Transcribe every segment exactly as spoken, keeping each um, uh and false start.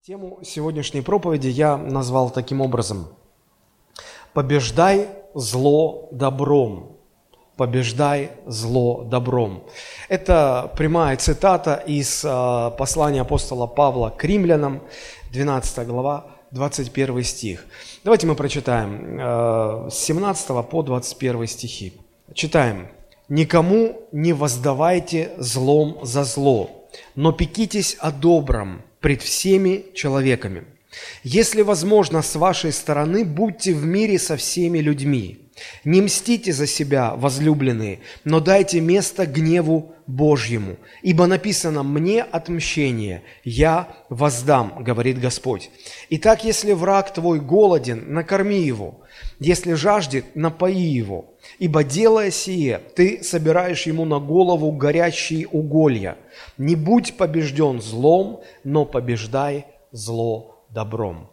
Тему сегодняшней проповеди я назвал таким образом: «Побеждай зло добром». «Побеждай зло добром». Это прямая цитата из э, послания апостола Павла к римлянам, двенадцатая глава, двадцать первый стих. Давайте мы прочитаем э, с семнадцатого по двадцать первый стихи. Читаем. «Никому не воздавайте злом за зло, но пекитесь о добром пред всеми человеками. Если возможно, с вашей стороны, будьте в мире со всеми людьми. Не мстите за себя, возлюбленные, но дайте место гневу Божьему. Ибо написано: «Мне отмщение, я воздам, говорит Господь». Итак, если враг твой голоден, накорми его, если жаждет, напои его. Ибо, делая сие, ты собираешь ему на голову горящие уголья. Не будь побежден злом, но побеждай зло добром».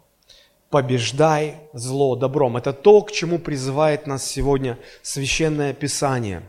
Побеждай зло добром. Это то, к чему призывает нас сегодня Священное Писание.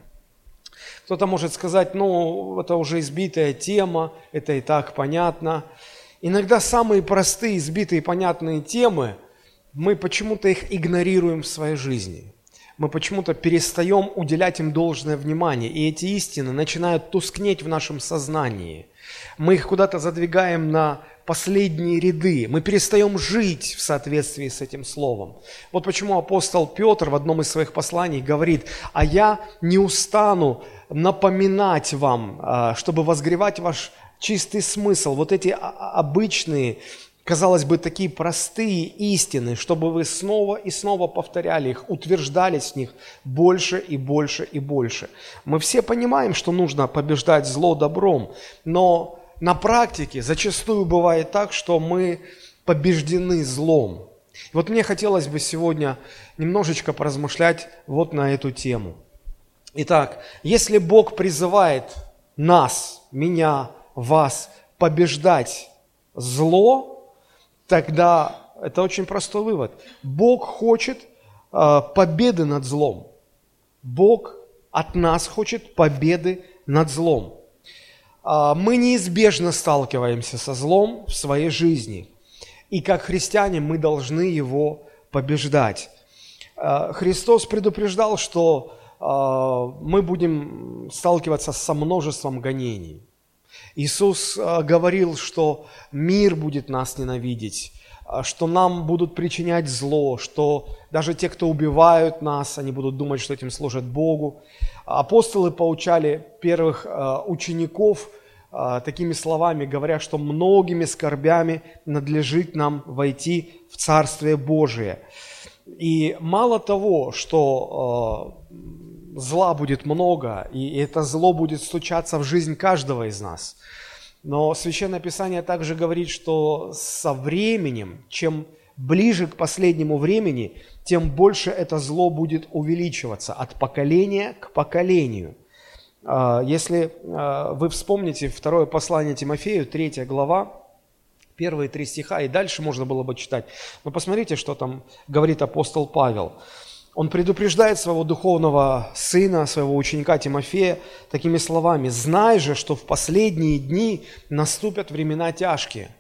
Кто-то может сказать: ну, это уже избитая тема, это и так понятно. Иногда самые простые, избитые, понятные темы, мы почему-то их игнорируем в своей жизни. Мы почему-то перестаем уделять им должное внимание, и эти истины начинают тускнеть в нашем сознании. Мы их куда-то задвигаем на последние ряды, мы перестаем жить в соответствии с этим словом. Вот почему апостол Петр в одном из своих посланий говорит: «А я не устану напоминать вам, чтобы возгревать ваш чистый смысл». Вот эти обычные, казалось бы, такие простые истины, чтобы вы снова и снова повторяли их, утверждались в них больше и больше и больше. Мы все понимаем, что нужно побеждать зло добром, но на практике зачастую бывает так, что мы побеждены злом. И вот мне хотелось бы сегодня немножечко поразмышлять вот на эту тему. Итак, если Бог призывает нас, меня, вас побеждать зло, тогда это очень простой вывод. Бог хочет э, победы над злом. Бог от нас хочет победы над злом. Э, мы неизбежно сталкиваемся со злом в своей жизни. И как христиане мы должны его побеждать. Э, Христос предупреждал, что э, мы будем сталкиваться со множеством гонений. Иисус говорил, что мир будет нас ненавидеть, что нам будут причинять зло, что даже те, кто убивают нас, они будут думать, что этим служат Богу. Апостолы поучали первых учеников такими словами, говоря, что многими скорбями надлежит нам войти в Царствие Божие. И мало того, что зла будет много, и это зло будет стучаться в жизнь каждого из нас. Но Священное Писание также говорит, что со временем, чем ближе к последнему времени, тем больше это зло будет увеличиваться от поколения к поколению. Если вы вспомните второе послание Тимофею, третья глава, первые три стиха, и дальше можно было бы читать, но посмотрите, что там говорит апостол Павел. Он предупреждает своего духовного сына, своего ученика Тимофея такими словами: «Знай же, что в последние дни наступят времена тяжкие».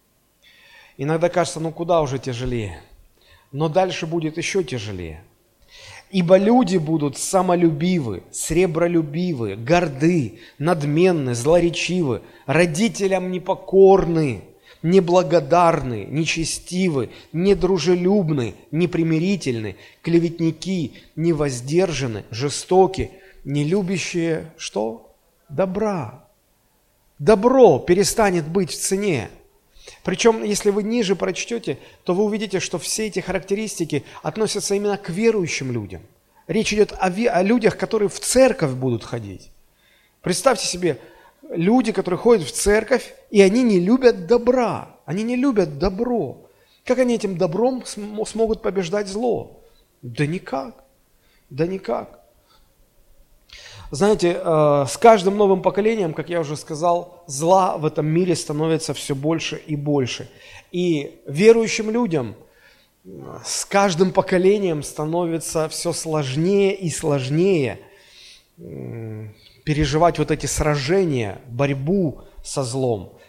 Иногда кажется, ну куда уже тяжелее, но дальше будет еще тяжелее. «Ибо люди будут самолюбивы, сребролюбивы, горды, надменны, злоречивы, родителям непокорны, неблагодарны, нечестивы, недружелюбны, непримирительны, клеветники, невоздержаны, жестоки, не любящие что? Добра. Добро перестанет быть в цене. Причем, если вы ниже прочтете, то вы увидите, что все эти характеристики относятся именно к верующим людям. Речь идет о, о людях, которые в церковь будут ходить. Представьте себе, люди, которые ходят в церковь, и они не любят добра, они не любят добро. Как они этим добром смогут побеждать зло? Да никак, да никак. Знаете, с каждым новым поколением, как я уже сказал, зла в этом мире становится все больше и больше. И верующим людям с каждым поколением становится все сложнее и сложнее переживать вот эти сражения, борьбу со злом.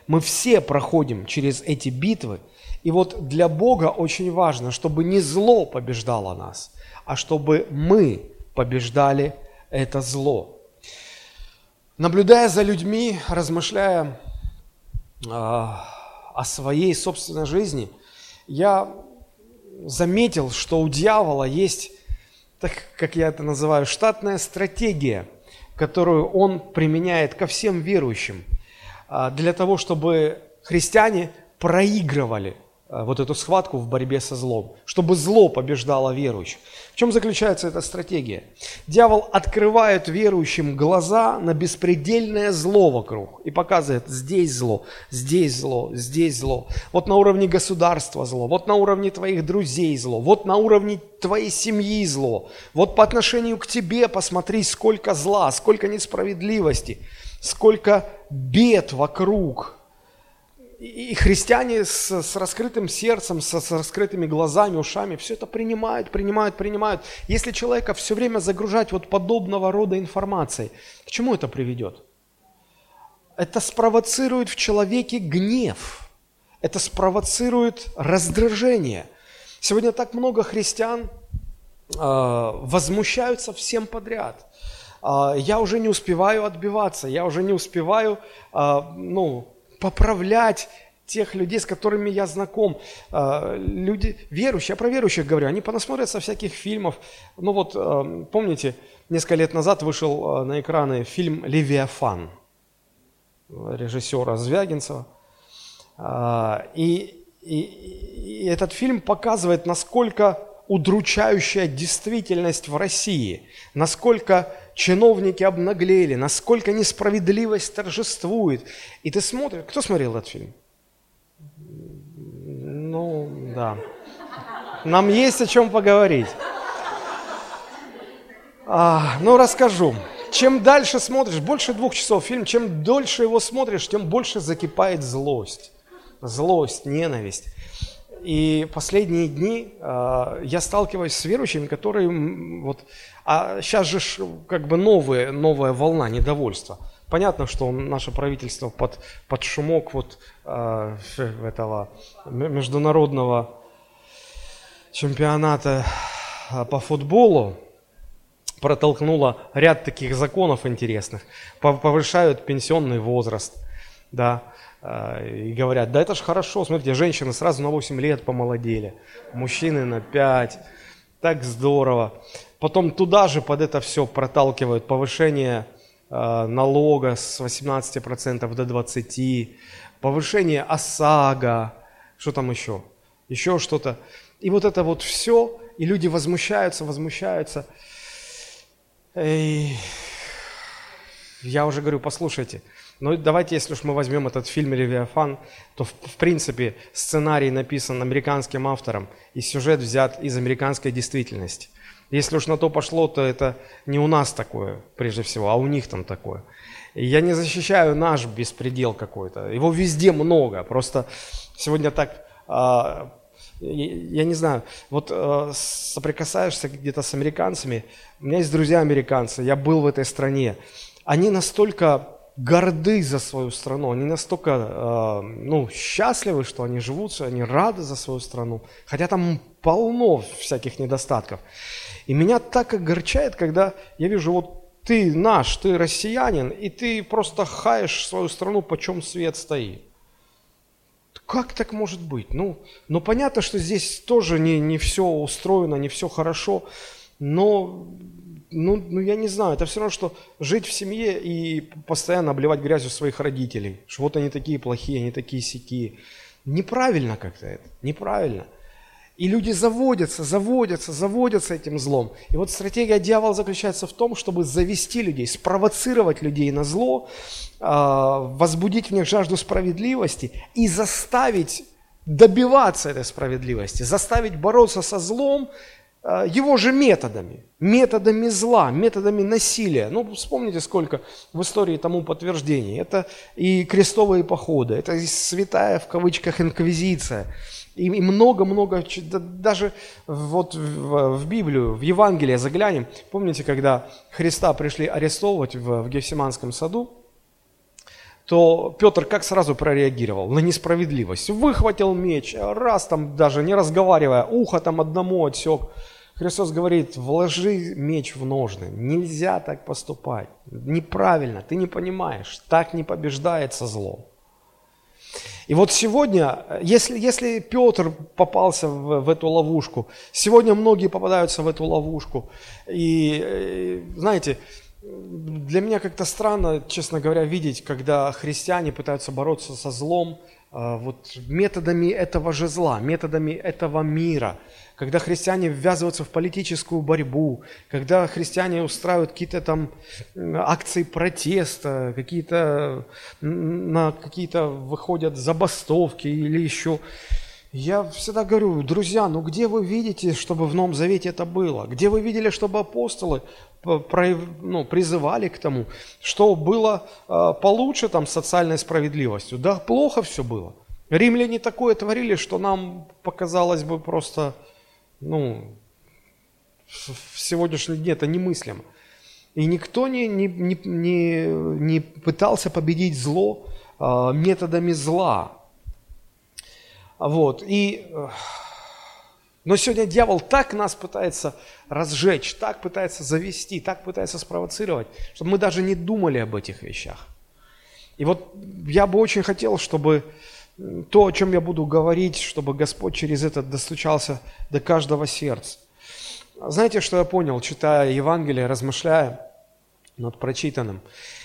Мы все проходим через эти битвы. И вот для Бога очень важно, чтобы не зло побеждало нас, а чтобы мы побеждали это зло. Наблюдая за людьми, размышляя э, о своей собственной жизни, я заметил, что у дьявола есть, так как я это называю, штатная стратегия, которую он применяет ко всем верующим, э, для того, чтобы христиане проигрывали вот эту схватку в борьбе со злом, чтобы зло побеждало верующих. В чем заключается эта стратегия? Дьявол открывает верующим глаза на беспредельное зло вокруг и показывает: здесь зло, здесь зло, здесь зло. Вот на уровне государства зло, вот на уровне твоих друзей зло, вот на уровне твоей семьи зло, вот по отношению к тебе посмотри, сколько зла, сколько несправедливости, сколько бед вокруг. И христиане с, с раскрытым сердцем, с, с раскрытыми глазами, ушами все это принимают, принимают, принимают. Если человека все время загружать вот подобного рода информацией, к чему это приведет? Это спровоцирует в человеке гнев, это спровоцирует раздражение. Сегодня так много христиан э, возмущаются всем подряд. Э, я уже не успеваю отбиваться, я уже не успеваю, э, ну... поправлять тех людей, с которыми я знаком. Люди верующие, я про верующих говорю, они понасмотрятся всяких фильмов. Ну вот, помните, несколько лет назад вышел на экраны фильм «Левиафан» режиссера Звягинцева. И, и, и этот фильм показывает, насколько удручающая действительность в России, насколько чиновники обнаглели, насколько несправедливость торжествует. И ты смотришь... Кто смотрел этот фильм? Ну, да. Нам есть о чем поговорить. А, ну, расскажу. Чем дальше смотришь, больше двух часов фильм, чем дольше его смотришь, тем больше закипает злость. Злость, ненависть. И последние дни э, я сталкиваюсь с верующими, которые вот, а сейчас же как бы новые, новая волна недовольства. Понятно, что наше правительство под, под шумок вот э, этого международного чемпионата по футболу протолкнуло ряд таких законов интересных, повышают пенсионный возраст, да. И говорят: да это ж хорошо, смотрите, женщины сразу на восемь лет помолодели, мужчины на пять, так здорово. Потом туда же под это все проталкивают повышение э, налога с восемнадцати процентов до двадцати процентов, повышение ОСАГО, что там еще, еще что-то. И вот это вот все, и люди возмущаются, возмущаются. И я уже говорю, послушайте, ну, давайте, если уж мы возьмем этот фильм «Левиафан», то, в, в принципе, сценарий написан американским автором, и сюжет взят из американской действительности. Если уж на то пошло, то это не у нас такое, прежде всего, а у них там такое. И я не защищаю наш беспредел какой-то, его везде много, просто сегодня так, а, я, я не знаю, вот а, соприкасаешься где-то с американцами, у меня есть друзья американцы, я был в этой стране, они настолько горды за свою страну, они настолько э, ну, счастливы, что они живут, они рады за свою страну, хотя там полно всяких недостатков. И меня так огорчает, когда я вижу, вот ты наш, ты россиянин, и ты просто хаешь свою страну, почем свет стоит. Как так может быть? Ну, ну понятно, что здесь тоже не, не все устроено, не все хорошо, но... Ну, ну, я не знаю, это все равно, что жить в семье и постоянно обливать грязью своих родителей, что вот они такие плохие, они такие сякие. Неправильно как-то это, неправильно. И люди заводятся, заводятся, заводятся этим злом. И вот стратегия дьявола заключается в том, чтобы завести людей, спровоцировать людей на зло, возбудить в них жажду справедливости и заставить добиваться этой справедливости, заставить бороться со злом, его же методами, методами зла, методами насилия. Ну, вспомните, сколько в истории тому подтверждений. Это и крестовые походы, это и святая, в кавычках, инквизиция. И много-много, даже вот в, в Библию, в Евангелие заглянем. Помните, когда Христа пришли арестовывать в, в Гефсиманском саду, то Петр как сразу прореагировал на несправедливость? Выхватил меч, раз там даже не разговаривая, ухо там одному отсек. Христос говорит, вложи меч в ножны, нельзя так поступать, неправильно, ты не понимаешь, так не побеждается зло. И вот сегодня, если, если Петр попался в, в эту ловушку, сегодня многие попадаются в эту ловушку, и, знаете, для меня как-то странно, честно говоря, видеть, когда христиане пытаются бороться со злом, вот методами этого же зла, методами этого мира, когда христиане ввязываются в политическую борьбу, когда христиане устраивают какие-то там акции протеста, какие-то на какие-то выходят забастовки или еще. Я всегда говорю, друзья, ну где вы видите, чтобы в Новом Завете это было? Где вы видели, чтобы апостолы ну, призывали к тому, что было э, получше там с социальной справедливостью? Да, плохо все было. Римляне такое творили, что нам показалось бы просто, ну, в сегодняшний день это немыслимо. И никто не, не, не, не, не пытался победить зло э, методами зла. Вот, и, но сегодня дьявол так нас пытается разжечь, так пытается завести, так пытается спровоцировать, чтобы мы даже не думали об этих вещах. И вот я бы очень хотел, чтобы то, о чем я буду говорить, чтобы Господь через это достучался до каждого сердца. Знаете, что я понял, читая Евангелие, размышляя над прочитанным?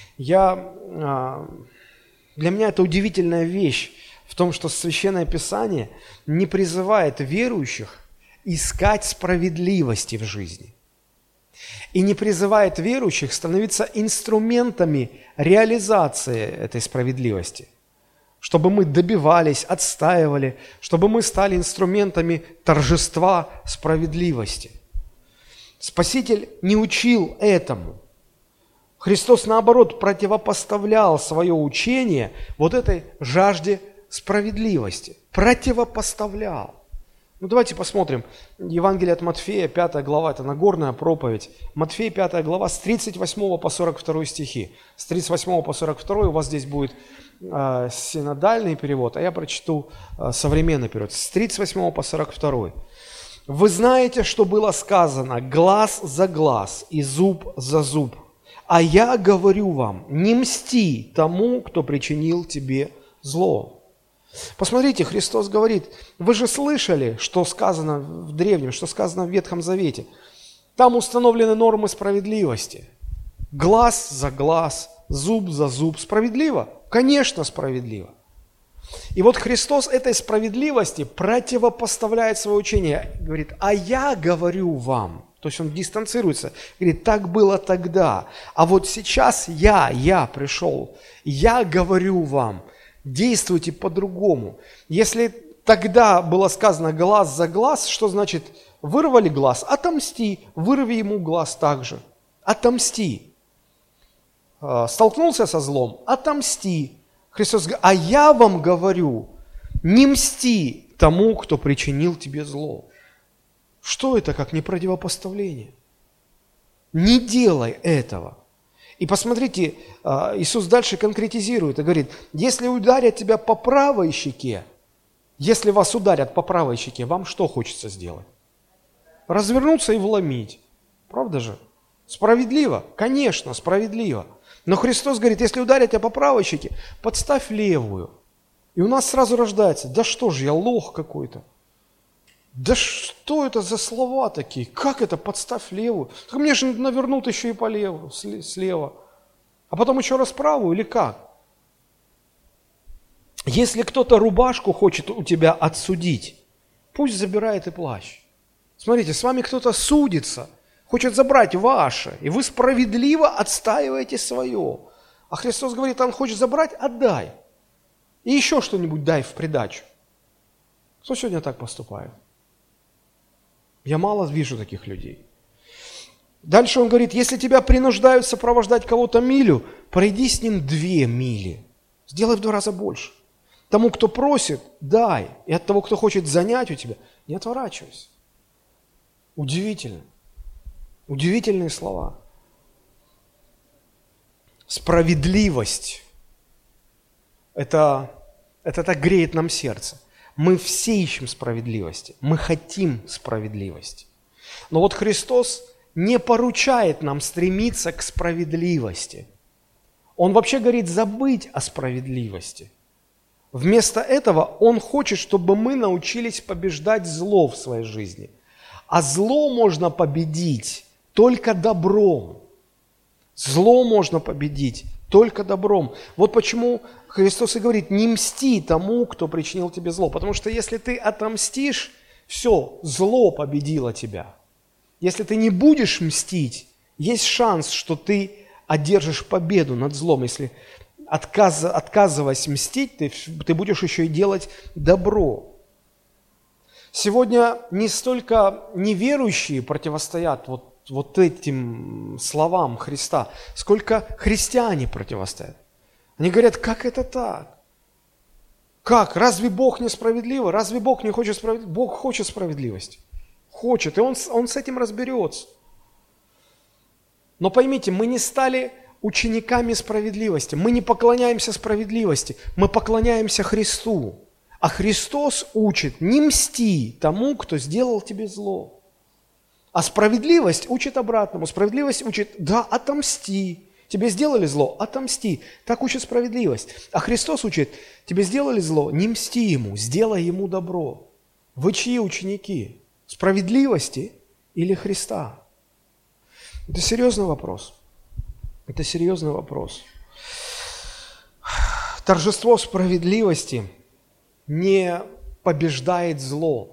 Я, для меня это удивительная вещь, в том, что Священное Писание не призывает верующих искать справедливости в жизни. И не призывает верующих становиться инструментами реализации этой справедливости. Чтобы мы добивались, отстаивали, чтобы мы стали инструментами торжества справедливости. Спаситель не учил этому. Христос, наоборот, противопоставлял свое учение вот этой жажде справедливости, противопоставлял. Ну давайте посмотрим. Евангелие от Матфея, пятая глава, это Нагорная проповедь. Матфея, пятая глава, с тридцать восьмого по сорок второй стихи. С тридцать восьмого по сорок второй у вас здесь будет э, синодальный перевод, а я прочту э, современный перевод. С тридцать восьмого по сорок второй. «Вы знаете, что было сказано, глаз за глаз и зуб за зуб. А я говорю вам, не мсти тому, кто причинил тебе зло». Посмотрите, Христос говорит, вы же слышали, что сказано в Древнем, что сказано в Ветхом Завете. Там установлены нормы справедливости. Глаз за глаз, зуб за зуб. Справедливо? Конечно, справедливо. И вот Христос этой справедливости противопоставляет свое учение. Говорит, а я говорю вам. То есть он дистанцируется. Говорит, так было тогда. А вот сейчас я, я пришел. Я говорю вам. Действуйте по-другому. Если тогда было сказано глаз за глаз, что значит вырвали глаз? Отомсти, вырви ему глаз также. Отомсти. Столкнулся со злом? Отомсти. Христос говорит, а я вам говорю, не мсти тому, кто причинил тебе зло. Что это, как не противопоставление? Не делай этого. И посмотрите, Иисус дальше конкретизирует и говорит, если ударят тебя по правой щеке, если вас ударят по правой щеке, вам что хочется сделать? Развернуться и вломить. Правда же? Справедливо? Конечно, справедливо. Но Христос говорит, если ударят тебя по правой щеке, подставь левую. И у нас сразу рождается, да что же я, лох какой-то. Да что это за слова такие? Как это подставь левую? Так мне же навернут еще и по левую, слева. А потом еще раз правую или как? Если кто-то рубашку хочет у тебя отсудить, пусть забирает и плащ. Смотрите, с вами кто-то судится, хочет забрать ваше, и вы справедливо отстаиваете свое. А Христос говорит, он хочет забрать, отдай. И еще что-нибудь дай в придачу. Кто сегодня так поступает? Я мало вижу таких людей. Дальше он говорит, если тебя принуждают сопровождать кого-то милю, пройди с ним две мили. Сделай в два раза больше. Тому, кто просит, дай. И от того, кто хочет занять у тебя, не отворачивайся. Удивительно. Удивительные слова. Справедливость Это, это так греет нам сердце. Мы все ищем справедливости, мы хотим справедливости. Но вот Христос не поручает нам стремиться к справедливости. Он вообще говорит забыть о справедливости. Вместо этого Он хочет, чтобы мы научились побеждать зло в своей жизни. А зло можно победить только добром. Зло можно победить только добром. Вот почему Христос и говорит, не мсти тому, кто причинил тебе зло. Потому что если ты отомстишь, все, зло победило тебя. Если ты не будешь мстить, есть шанс, что ты одержишь победу над злом. Если отказ, отказываясь мстить, ты, ты будешь еще и делать добро. Сегодня не столько неверующие противостоят вот, вот этим словам Христа, сколько христиане противостоят. Они говорят, как это так? Как? Разве Бог несправедливый? Разве Бог не хочет справедливости? Бог хочет справедливости. Хочет, и он, он с этим разберется. Но поймите, мы не стали учениками справедливости, мы не поклоняемся справедливости, мы поклоняемся Христу. А Христос учит, не мсти тому, кто сделал тебе зло. А справедливость учит обратному. Справедливость учит, да, отомсти. Тебе сделали зло, отомсти. Так учит справедливость. А Христос учит, тебе сделали зло, не мсти ему, сделай ему добро. Вы чьи ученики? Справедливости или Христа? Это серьезный вопрос. Это серьезный вопрос. Торжество справедливости не побеждает зло.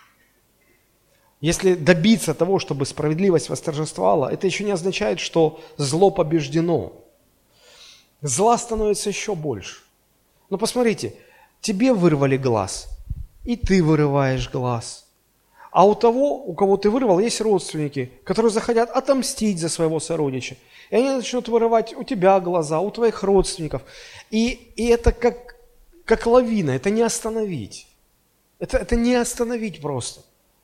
Если добиться того, чтобы справедливость восторжествовала, это еще не означает, что зло побеждено. Зла становится еще больше. Но посмотрите, тебе вырвали глаз, и ты вырываешь глаз. А у того, у кого ты вырвал, есть родственники, которые захотят отомстить за своего сородича. И они начнут вырывать у тебя глаза, у твоих родственников. И, и это как, как лавина, это не остановить. Это, это не остановить просто.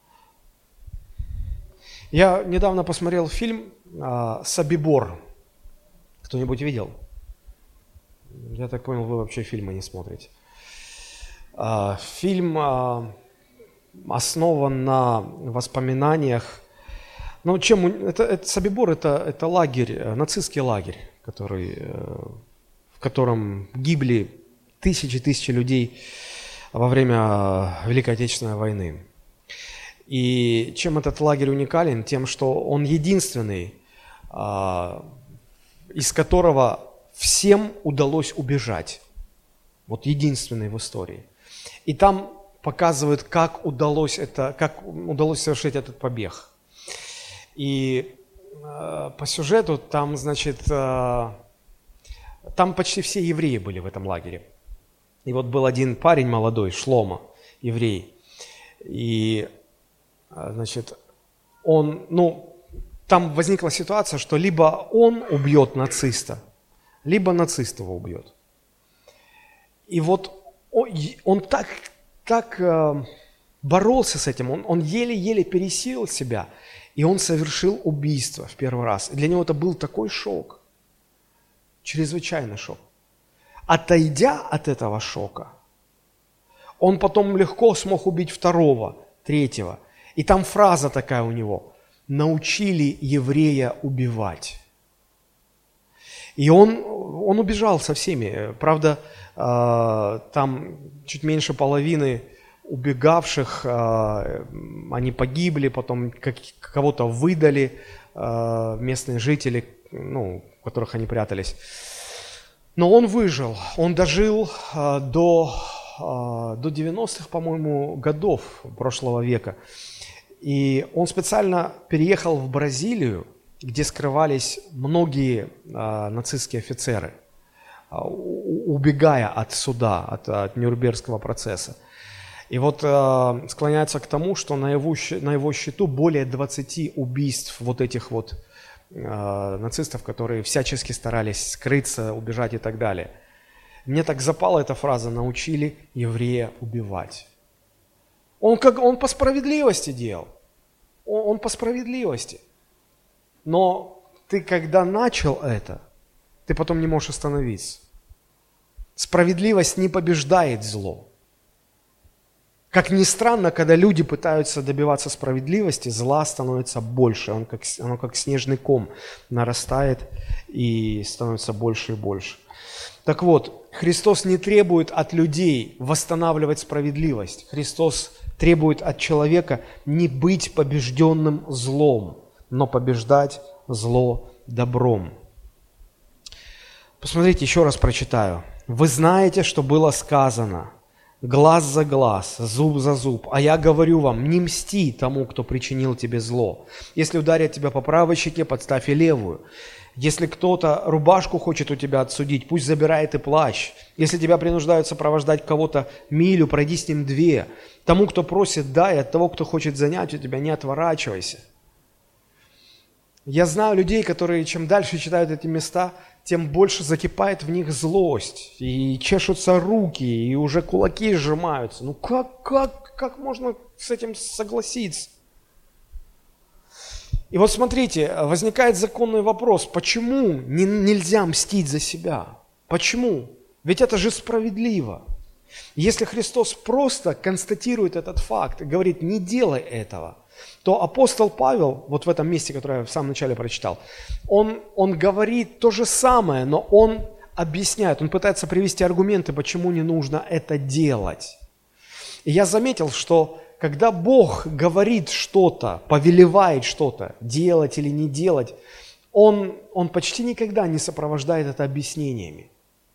Я недавно посмотрел фильм а, «Собибор». Кто-нибудь видел? Я так понял, вы вообще фильмы не смотрите. А, фильм а, основан на воспоминаниях. Ну, чем это, это Собибор это, это лагерь, нацистский лагерь, который, в котором гибли тысячи тысячи людей во время Великой Отечественной войны. И чем этот лагерь уникален? Тем, что он единственный, из которого всем удалось убежать. Вот единственный в истории. И там показывают, как удалось, это, как удалось совершить этот побег. И э, по сюжету там, значит, э, там почти все евреи были в этом лагере. И вот был один парень молодой, Шломо, еврей. И, э, значит, он, ну, там возникла ситуация, что либо он убьет нациста, либо нацист его убьет. И вот он, он так, так э, боролся с этим, он, он еле-еле пересилил себя. И он совершил убийство в первый раз. И для него это был такой шок. Чрезвычайный шок. Отойдя от этого шока, он потом легко смог убить второго, третьего. И там фраза такая у него. «Научили еврея убивать». И он, он убежал со всеми. Правда, там чуть меньше половины убегавших, они погибли, потом кого-то выдали местные жители, ну, в которых они прятались. Но он выжил, он дожил до, до девяностых, по-моему, годов прошлого века. И он специально переехал в Бразилию, где скрывались многие нацистские офицеры, убегая от суда, от, от Нюрнбергского процесса. И вот э, склоняется к тому, что на его, на его счету более двадцати убийств вот этих вот э, нацистов, которые всячески старались скрыться, убежать и так далее. Мне так запала эта фраза «научили еврея убивать». Он, как, он по справедливости делал, он, он по справедливости. Но ты, когда начал это, ты потом не можешь остановиться. Справедливость не побеждает зло. Как ни странно, когда люди пытаются добиваться справедливости, зла становится больше. Он как, оно как снежный ком нарастает и становится больше и больше. Так вот, Христос не требует от людей восстанавливать справедливость. Христос требует от человека не быть побежденным злом, но побеждать зло добром. Посмотрите, еще раз прочитаю. «Вы знаете, что было сказано: глаз за глаз, зуб за зуб. А я говорю вам, не мсти тому, кто причинил тебе зло. Если ударят тебя по правой щеке, подставь и левую. Если кто-то рубашку хочет у тебя отсудить, пусть забирает и плащ. Если тебя принуждают сопровождать кого-то милю, пройди с ним две. Тому, кто просит, дай, от того, кто хочет занять у тебя, не отворачивайся». Я знаю людей, которые чем дальше читают эти места, тем больше закипает в них злость, и чешутся руки, и уже кулаки сжимаются. Ну как, как, как можно с этим согласиться? И вот смотрите, возникает законный вопрос, почему не, нельзя мстить за себя? Почему? Ведь это же справедливо. Если Христос просто констатирует этот факт и говорит, не делай этого, то апостол Павел, вот в этом месте, которое я в самом начале прочитал, он, он говорит то же самое, но он объясняет, он пытается привести аргументы, почему не нужно это делать. И я заметил, что когда Бог говорит что-то, повелевает что-то, делать или не делать, он, он почти никогда не сопровождает это объяснениями.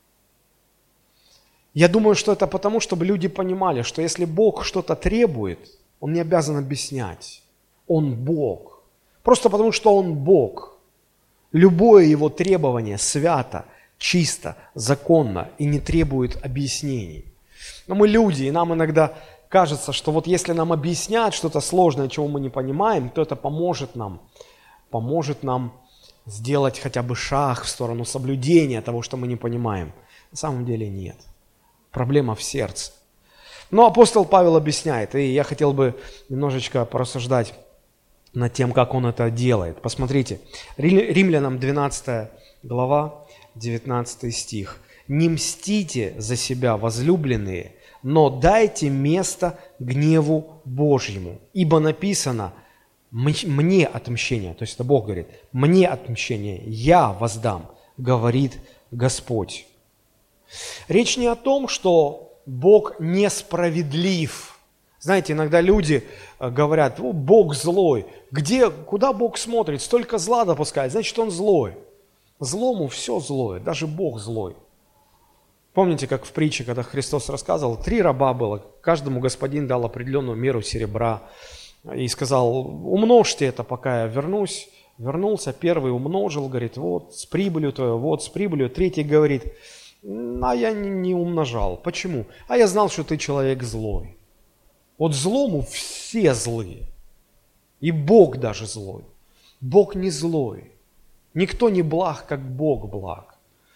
Я думаю, что это потому, чтобы люди понимали, что если Бог что-то требует, Он не обязан объяснять. Он Бог. Просто потому, что Он Бог. Любое Его требование свято, чисто, законно и не требует объяснений. Но мы люди, и нам иногда кажется, что вот если нам объяснять что-то сложное, чего мы не понимаем, то это поможет нам, поможет нам сделать хотя бы шаг в сторону соблюдения того, что мы не понимаем. На самом деле нет. Проблема в сердце. Но апостол Павел объясняет, и я хотел бы немножечко порассуждать над тем, как он это делает. Посмотрите, Римлянам двенадцатая глава, девятнадцатый стих. «Не мстите за себя, возлюбленные, но дайте место гневу Божьему, ибо написано, мне отмщение», то есть это Бог говорит, «мне отмщение, я воздам, говорит Господь». Речь не о том, что Бог несправедлив. Знаете, иногда люди говорят, о, Бог злой. Где, куда Бог смотрит? Столько зла допускает, значит, Он злой. Злому все злое, даже Бог злой. Помните, как в притче, когда Христос рассказывал, три раба было, каждому господин дал определенную меру серебра и сказал, умножьте это, пока я вернусь. Вернулся, первый умножил, говорит, вот с прибылью твоей, вот с прибылью. Третий говорит, а я не, не умножал. Почему? А я знал, что ты человек злой. Вот злому все злые. И Бог даже злой. Бог не злой. Никто не благ, как Бог благ.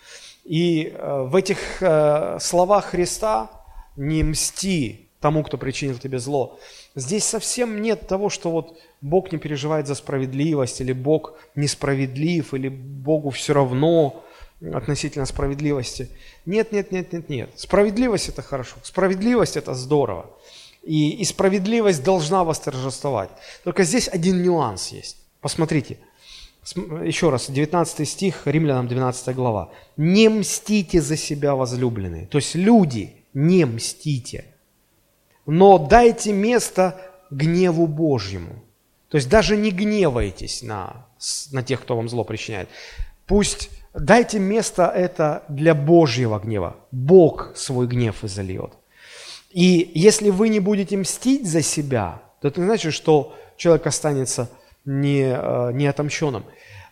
И э, в этих э, словах Христа «не мсти тому, кто причинил тебе зло», здесь совсем нет того, что вот Бог не переживает за справедливость, или Бог несправедлив, или Богу все равно относительно справедливости. Нет, нет, нет, нет, нет. Справедливость – это хорошо. Справедливость – это здорово. И, и справедливость должна восторжествовать. Только здесь один нюанс есть. Посмотрите. Еще раз, девятнадцатый стих, Римлянам двенадцатая глава. «Не мстите за себя, возлюбленные». То есть люди, не мстите. Но дайте место гневу Божьему. То есть даже не гневайтесь на, на тех, кто вам зло причиняет. Пусть дайте место это для Божьего гнева. Бог свой гнев изольет. И если вы не будете мстить за себя, то это не значит, что человек останется не, не отомщенным.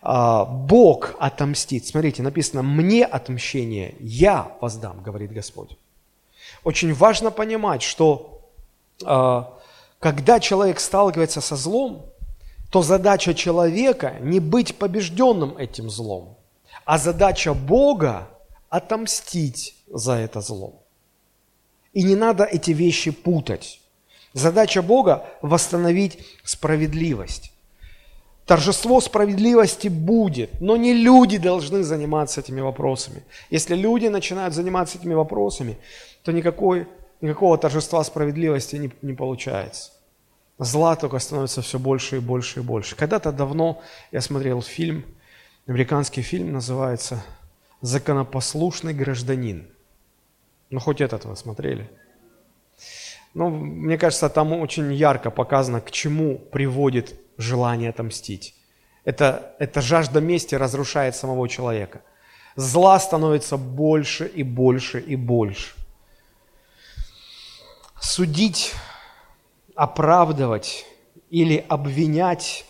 Бог отомстит. Смотрите, написано, «мне отмщение, я воздам», говорит Господь. Очень важно понимать, что когда человек сталкивается со злом, то задача человека не быть побежденным этим злом, а задача Бога отомстить за это зло. И не надо эти вещи путать. Задача Бога – восстановить справедливость. Торжество справедливости будет, но не люди должны заниматься этими вопросами. Если люди начинают заниматься этими вопросами, то никакой, никакого торжества справедливости не, не получается. Зла только становится все больше и больше и больше. Когда-то давно я смотрел фильм, американский фильм, называется «Законопослушный гражданин». Ну, хоть этот вы смотрели. Ну, мне кажется, там очень ярко показано, к чему приводит желание отомстить. Это, это жажда мести разрушает самого человека. Зла становится больше и больше и больше. Судить, оправдывать или обвинять,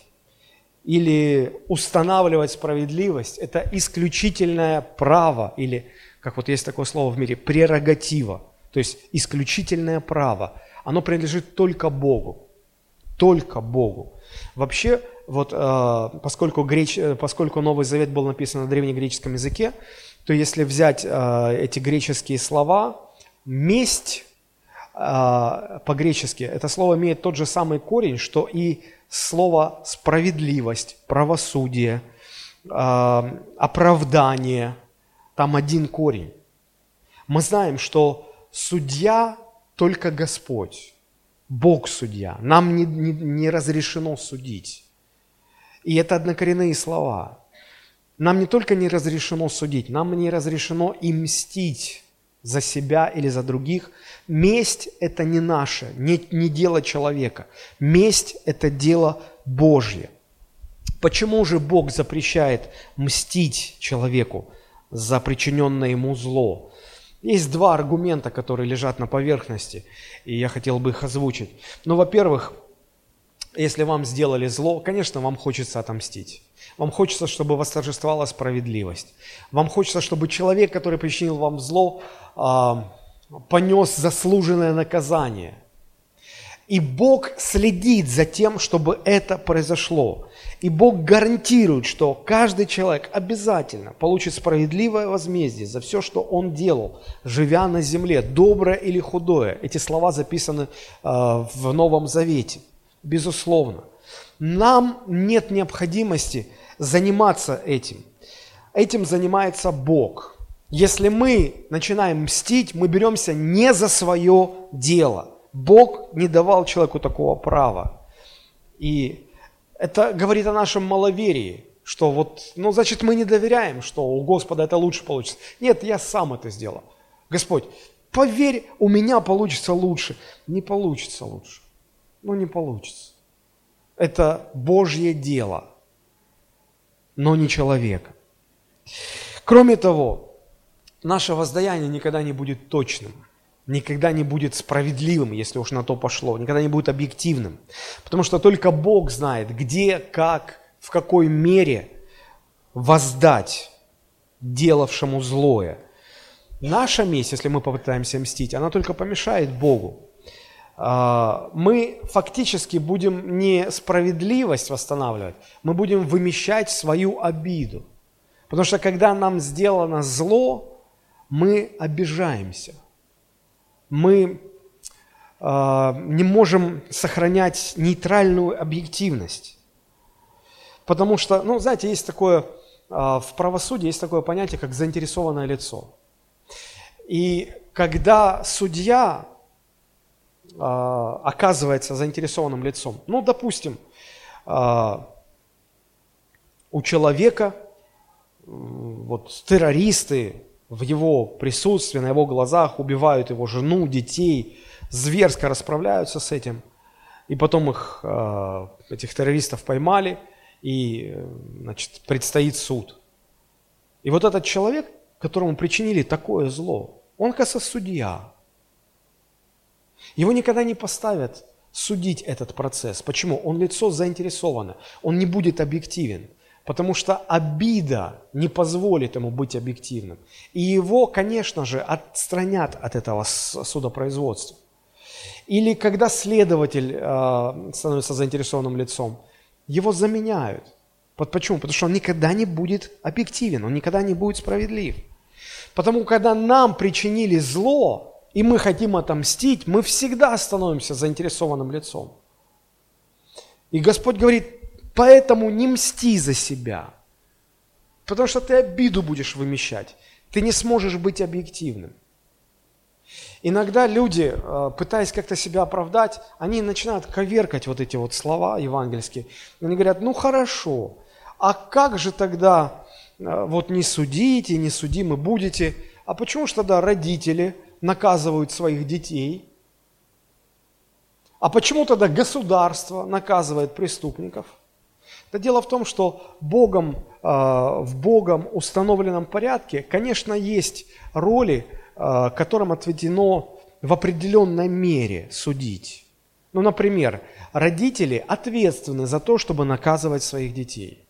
или устанавливать справедливость – это исключительное право, или, как вот есть такое слово в мире, прерогатива, то есть исключительное право. Оно принадлежит только Богу, только Богу. Вообще, вот, э, поскольку, греч... поскольку Новый Завет был написан на древнегреческом языке, то если взять э, эти греческие слова, месть э, по-гречески, это слово имеет тот же самый корень, что и слово справедливость, правосудие, э, оправдание, там один корень. Мы знаем, что судья только Господь. Бог судья. Нам не, не, не разрешено судить. И это однокоренные слова. Нам не только не разрешено судить, нам не разрешено и мстить за себя или за других. Месть – это не наше, не, не дело человека. Месть – это дело Божье. Почему же Бог запрещает мстить человеку за причиненное ему зло? Есть два аргумента, которые лежат на поверхности, и я хотел бы их озвучить. Ну, во-первых, если вам сделали зло, конечно, вам хочется отомстить. Вам хочется, чтобы восторжествовала справедливость. Вам хочется, чтобы человек, который причинил вам зло, понес заслуженное наказание. И Бог следит за тем, чтобы это произошло. И Бог гарантирует, что каждый человек обязательно получит справедливое возмездие за все, что он делал, живя на земле, доброе или худое. Эти слова записаны э, в Новом Завете, безусловно. Нам нет необходимости заниматься этим. Этим занимается Бог. Если мы начинаем мстить, мы беремся не за свое дело. Бог не давал человеку такого права. И это говорит о нашем маловерии, что вот, ну, значит, мы не доверяем, что у Господа это лучше получится. Нет, я сам это сделал. Господь, поверь, у меня получится лучше. Не получится лучше. Ну, не получится. Это Божье дело, но не человека. Кроме того, наше воздаяние никогда не будет точным. Никогда не будет справедливым, если уж на то пошло, никогда не будет объективным. Потому что только Бог знает, где, как, в какой мере воздать делавшему злое. Наша месть, если мы попытаемся мстить, она только помешает Богу. Мы фактически будем не справедливость восстанавливать, мы будем вымещать свою обиду. Потому что когда нам сделано зло, мы обижаемся. Мы э, не можем сохранять нейтральную объективность. Потому что, ну, знаете, есть такое, э, в правосудии есть такое понятие, как заинтересованное лицо. И когда судья э, оказывается заинтересованным лицом, ну, допустим, э, у человека э, вот террористы, в его присутствии, на его глазах убивают его жену, детей, зверско расправляются с этим. И потом их, этих террористов поймали, и, значит, предстоит суд. И вот этот человек, которому причинили такое зло, он, оказывается, судья. Его никогда не поставят судить этот процесс. Почему? Он лицо заинтересованное, он не будет объективен. Потому что обида не позволит ему быть объективным. И его, конечно же, отстранят от этого судопроизводства. Или когда следователь э, становится заинтересованным лицом, его заменяют. Почему? Потому что он никогда не будет объективен, он никогда не будет справедлив. Потому когда нам причинили зло, и мы хотим отомстить, мы всегда становимся заинтересованным лицом. И Господь говорит: Поэтому не мсти за себя, потому что ты обиду будешь вымещать, ты не сможешь быть объективным. Иногда люди, пытаясь как-то себя оправдать, они начинают коверкать вот эти вот слова евангельские. Они говорят, ну хорошо, а как же тогда вот не судите, не судимы будете? А почему же тогда родители наказывают своих детей? А почему тогда государство наказывает преступников? Да дело в том, что Богом, в Богом установленном порядке, конечно, есть роли, которым отведено в определенной мере судить. Ну, например, родители ответственны за то, чтобы наказывать своих детей.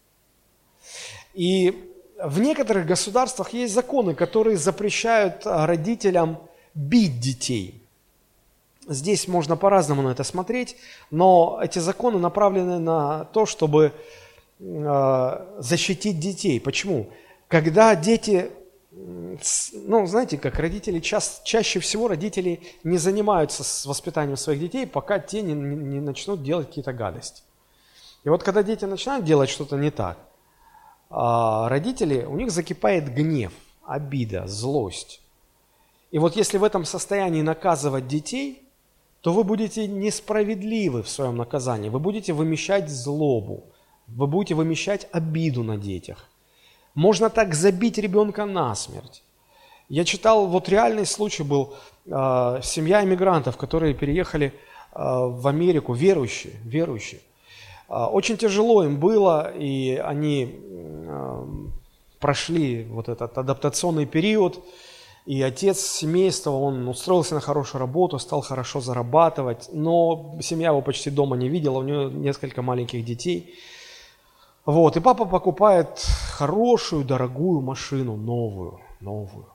И в некоторых государствах есть законы, которые запрещают родителям бить детей. Здесь можно по-разному на это смотреть, но эти законы направлены на то, чтобы э, защитить детей. Почему? Когда дети, ну, знаете, как родители, ча- чаще всего родители не занимаются с воспитанием своих детей, пока те не, не начнут делать какие-то гадости. И вот когда дети начинают делать что-то не так, э, родители, у них закипает гнев, обида, злость. И вот если в этом состоянии наказывать детей, то вы будете несправедливы в своем наказании, вы будете вымещать злобу, вы будете вымещать обиду на детях. Можно так забить ребенка насмерть. Я читал, вот реальный случай был, э, семья иммигрантов, которые переехали э, в Америку, верующие, верующие. Э, очень тяжело им было, и они э, прошли вот этот адаптационный период. И отец семейства, он устроился на хорошую работу, стал хорошо зарабатывать, но семья его почти дома не видела, у него несколько маленьких детей. Вот, и папа покупает хорошую, дорогую машину, новую, новую.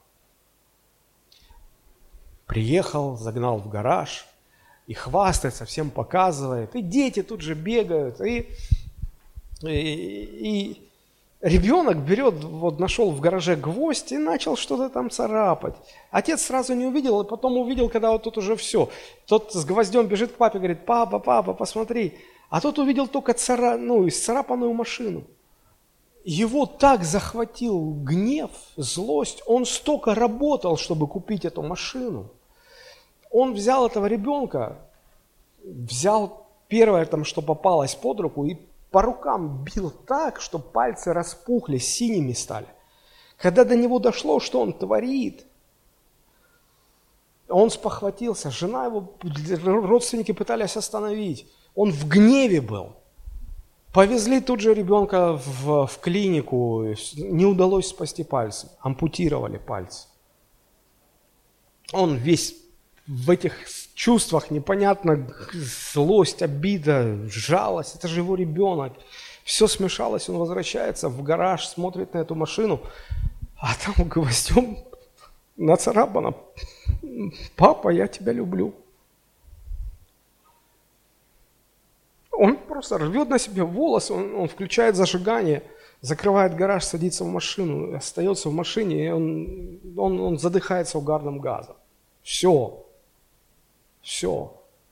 Приехал, загнал в гараж и хвастается, всем показывает. И дети тут же бегают, и, и, и ребенок берет, вот нашел в гараже гвоздь и начал что-то там царапать. Отец сразу не увидел, и потом увидел, когда вот тут уже все. Тот с гвоздем бежит к папе, говорит, папа, папа, посмотри. А тот увидел только цара... ну, исцарапанную машину. Его так захватил гнев, злость, он столько работал, чтобы купить эту машину. Он взял этого ребенка, взял первое, там, что попалось под руку, и по рукам бил так, что пальцы распухли, синими стали. Когда до него дошло, что он творит, он спохватился, жена его, родственники пытались остановить. Он в гневе был. Повезли тут же ребенка в, в клинику, не удалось спасти пальцы, ампутировали пальцы. Он весь в этих чувствах, непонятно, злость, обида, жалость, это же его ребенок. Все смешалось, он возвращается в гараж, смотрит на эту машину, а там гвоздем нацарапано: «Папа, я тебя люблю». Он просто рвет на себе волосы, он, он включает зажигание, закрывает гараж, садится в машину, остается в машине, и он, он, он задыхается угарным газом. Все. Все.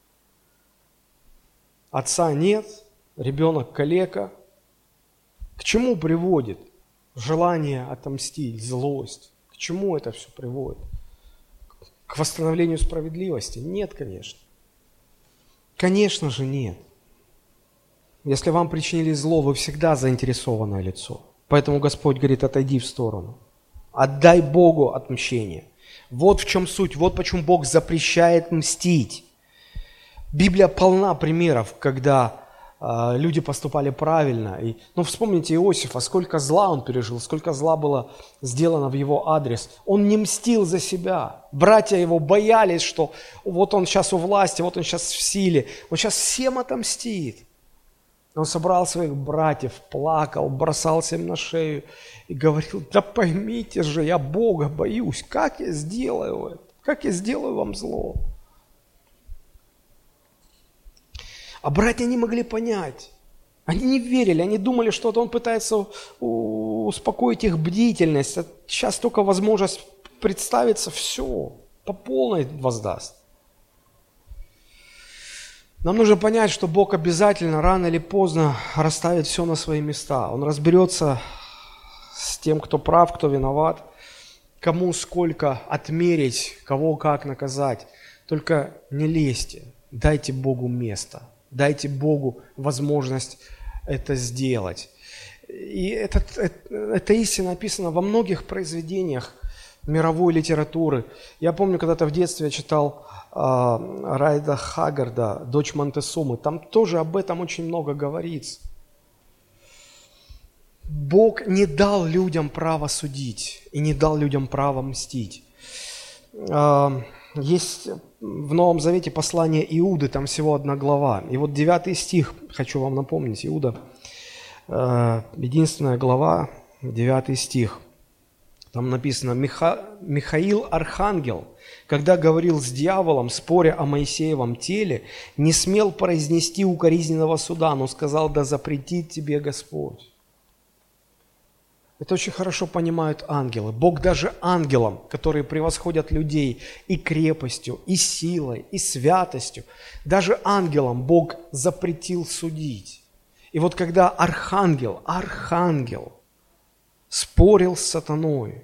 Отца нет, ребенок калека. К чему приводит желание отомстить, злость? К чему это все приводит? К восстановлению справедливости? Нет, конечно. Конечно же нет. Если вам причинили зло, вы всегда заинтересованное лицо. Поэтому Господь говорит, отойди в сторону. Отдай Богу отмщение. Вот в чем суть, вот почему Бог запрещает мстить. Библия полна примеров, когда э, люди поступали правильно. И, ну, вспомните Иосифа, сколько зла он пережил, сколько зла было сделано в его адрес. Он не мстил за себя. Братья его боялись, что вот он сейчас у власти, вот он сейчас в силе, он сейчас всем отомстит. Он собрал своих братьев, плакал, бросался им на шею и говорил: да поймите же, я Бога боюсь, как я сделаю это, как я сделаю вам зло. А братья не могли понять, они не верили, они думали, что он пытается успокоить их бдительность, сейчас только возможность представиться, все, по полной воздаст. Нам нужно понять, что Бог обязательно, рано или поздно, расставит все на свои места. Он разберется с тем, кто прав, кто виноват, кому сколько отмерить, кого как наказать. Только не лезьте, дайте Богу место, дайте Богу возможность это сделать. И это, это, эта истина написана во многих произведениях мировой литературы. Я помню, когда-то в детстве я читал э, Райда Хаггарда «Дочь Монтесумы». Там тоже об этом очень много говорится. Бог не дал людям право судить и не дал людям право мстить. Э, есть в Новом Завете послание Иуды, там всего одна глава. И вот девятый стих, хочу вам напомнить, Иуда, э, единственная глава, девятый стих. Там написано: Миха... Михаил Архангел, когда говорил с дьяволом, споря о Моисеевом теле, не смел произнести укоризненного суда, но сказал: да запретит тебе Господь. Это очень хорошо понимают ангелы. Бог даже ангелам, которые превосходят людей и крепостью, и силой, и святостью, даже ангелам Бог запретил судить. И вот когда архангел, архангел спорил с сатаной,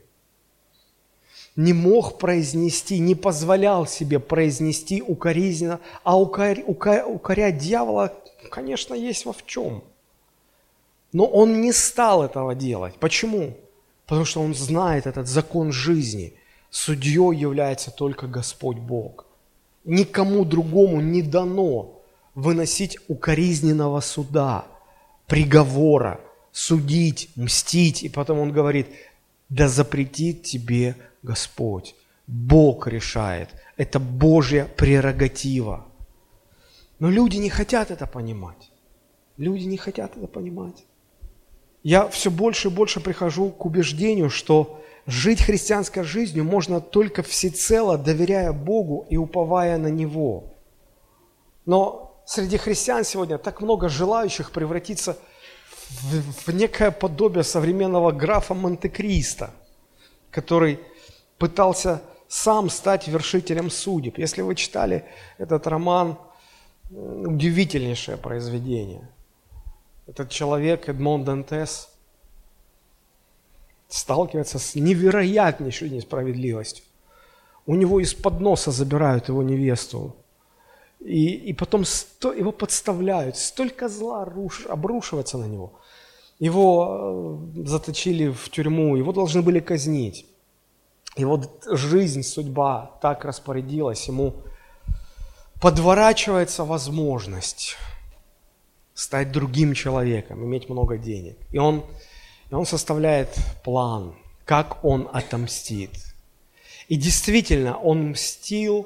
не мог произнести, не позволял себе произнести укоризненно, а укорь, укорь, укорять дьявола, конечно, есть во в чем. Но он не стал этого делать. Почему? Потому что он знает этот закон жизни. Судьей является только Господь Бог. Никому другому не дано выносить укоризненного суда, приговора, судить, мстить. И потом он говорит: да запретит тебе Господь. Бог решает. Это Божья прерогатива. Но люди не хотят это понимать. Люди не хотят это понимать. Я все больше и больше прихожу к убеждению, что жить христианской жизнью можно только всецело доверяя Богу и уповая на Него. Но среди христиан сегодня так много желающих превратиться в, в некое подобие современного графа Монте-Кристо, который пытался сам стать вершителем судеб. Если вы читали этот роман, удивительнейшее произведение. Этот человек, Эдмон Дантес, сталкивается с невероятнейшей несправедливостью. У него из-под носа забирают его невесту. И, и потом сто, его подставляют. Столько зла руш, обрушивается на него. Его заточили в тюрьму, его должны были казнить. И вот жизнь, судьба так распорядилась, ему подворачивается возможность стать другим человеком, иметь много денег. И он, и он составляет план, как он отомстит. И действительно, он мстил.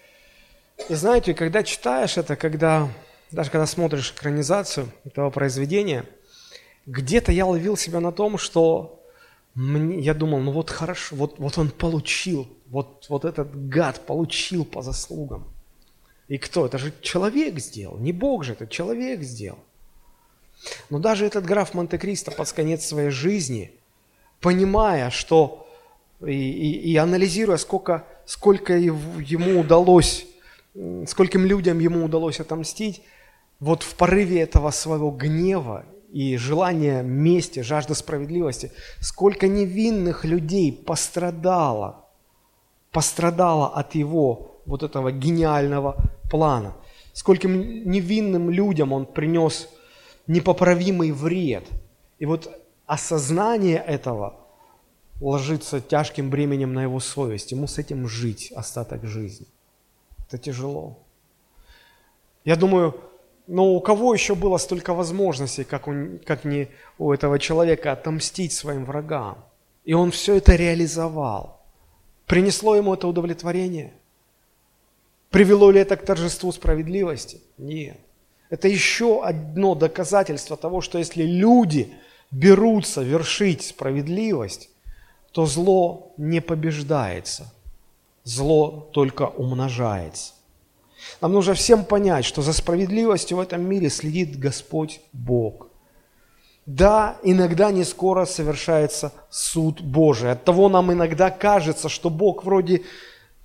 И знаете, когда читаешь это, когда, даже когда смотришь экранизацию этого произведения, где-то я ловил себя на том, что мне, я думал, ну вот хорошо, вот, вот он получил, вот, вот этот гад получил по заслугам. И кто? Это же человек сделал, не Бог же, это человек сделал. Но даже этот граф Монте-Кристо под конец своей жизни, понимая, что и, и, и анализируя, сколько, сколько ему удалось, скольким людям ему удалось отомстить, вот в порыве этого своего гнева и желания мести, жажда справедливости, сколько невинных людей пострадало, пострадало от его вот этого гениального плана. Скольким невинным людям он принес непоправимый вред. И вот осознание этого ложится тяжким бременем на его совесть. Ему с этим жить остаток жизни. Это тяжело. Я думаю, но у кого еще было столько возможностей, как, у, как не у этого человека, отомстить своим врагам? И он все это реализовал. Принесло ему это удовлетворение? Привело ли это к торжеству справедливости? Нет. Это еще одно доказательство того, что если люди берутся вершить справедливость, то зло не побеждается. Зло только умножается. Нам нужно всем понять, что за справедливостью в этом мире следит Господь Бог. Да, иногда не скоро совершается суд Божий. Оттого нам иногда кажется, что Бог вроде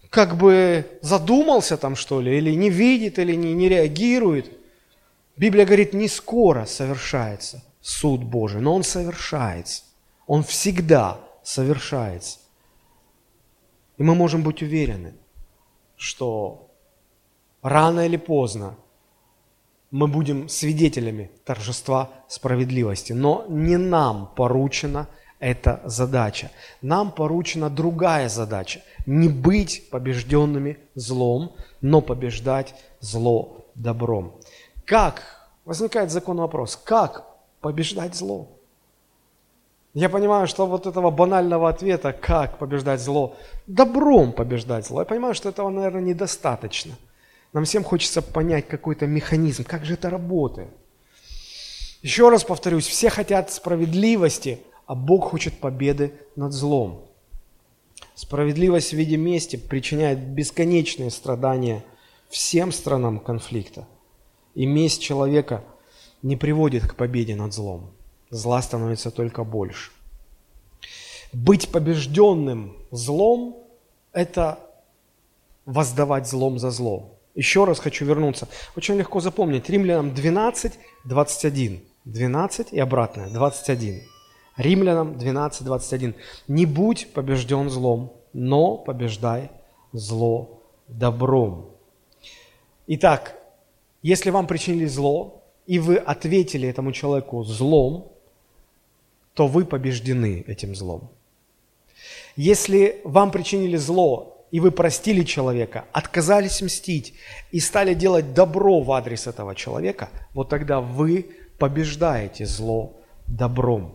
как бы задумался там, что ли, или не видит, или не, не реагирует. Библия говорит, не скоро совершается суд Божий, но он совершается. Он всегда совершается. И мы можем быть уверены, что рано или поздно мы будем свидетелями торжества справедливости. Но не нам поручена эта задача. Нам поручена другая задача. Не быть побежденными злом, но побеждать зло добром. Как? Возникает законный вопрос. Как побеждать зло? Я понимаю, что вот этого банального ответа, как побеждать зло, добром побеждать зло, я понимаю, что этого, наверное, недостаточно. Нам всем хочется понять какой-то механизм, как же это работает. Еще раз повторюсь, все хотят справедливости, а Бог хочет победы над злом. Справедливость в виде мести причиняет бесконечные страдания всем сторонам конфликта. И месть человека не приводит к победе над злом. Зла становится только больше. Быть побежденным злом – это воздавать злом за зло. Еще раз хочу вернуться. Очень легко запомнить. Римлянам двенадцать, двадцать один. двенадцать и обратное, двадцать один. Римлянам двенадцать, двадцать один. «Не будь побежден злом, но побеждай зло добром». Итак, если вам причинили зло, и вы ответили этому человеку злом, то вы побеждены этим злом. Если вам причинили зло, и вы простили человека, отказались мстить и стали делать добро в адрес этого человека, вот тогда вы побеждаете зло добром.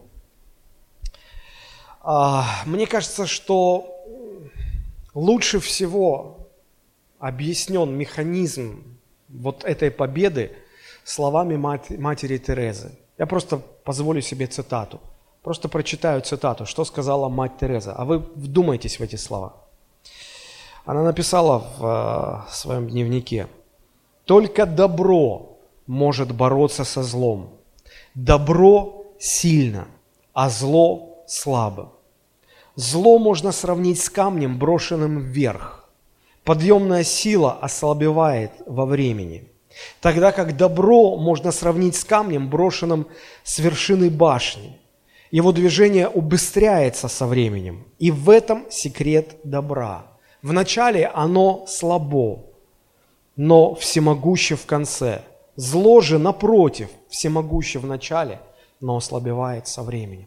Мне кажется, что лучше всего объяснен механизм вот этой победы словами матери Терезы. Я просто позволю себе цитату. Просто прочитаю цитату, что сказала мать Тереза. А вы вдумайтесь в эти слова. Она написала в э, своем дневнике: «Только добро может бороться со злом. Добро сильно, а зло слабо. Зло можно сравнить с камнем, брошенным вверх. Подъемная сила ослабевает во времени, тогда как добро можно сравнить с камнем, брошенным с вершины башни. Его движение убыстряется со временем, и в этом секрет добра. Вначале оно слабо, но всемогуще в конце. Зло же, напротив, всемогуще в начале, но ослабевает со временем».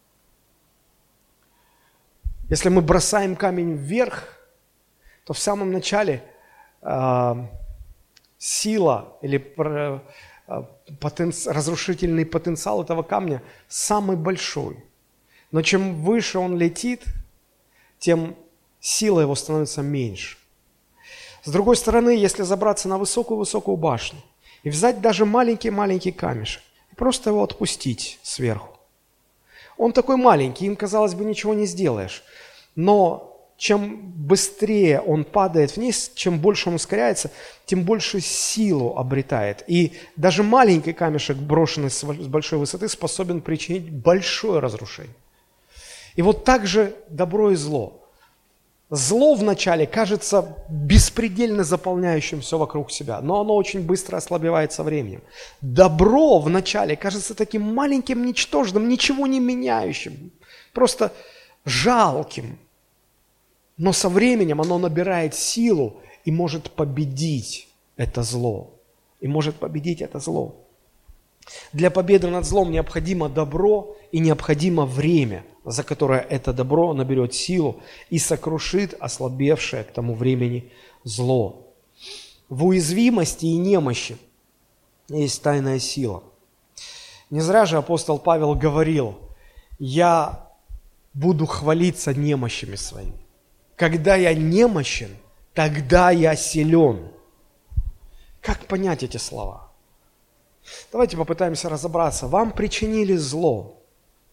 Если мы бросаем камень вверх, то в самом начале э, сила или э, потен, разрушительный потенциал этого камня самый большой. Но чем выше он летит, тем сила его становится меньше. С другой стороны, если забраться на высокую-высокую башню и взять даже маленький-маленький камешек и просто его отпустить сверху, он такой маленький, им, казалось бы, ничего не сделаешь. Но чем быстрее он падает вниз, чем больше он ускоряется, тем больше силу обретает. И даже маленький камешек, брошенный с большой высоты, способен причинить большое разрушение. И вот так же добро и зло. Зло вначале кажется беспредельно заполняющим все вокруг себя, но оно очень быстро ослабевает со временем. Добро вначале кажется таким маленьким, ничтожным, ничего не меняющим, просто жалким. Но со временем оно набирает силу и может победить это зло. И может победить это зло. Для победы над злом необходимо добро и необходимо время, за которое это добро наберет силу и сокрушит ослабевшее к тому времени зло. В уязвимости и немощи есть тайная сила. Не зря же апостол Павел говорил: «Я буду хвалиться немощами своими. Когда я немощен, тогда я силен». Как понять эти слова? Давайте попытаемся разобраться. Вам причинили зло,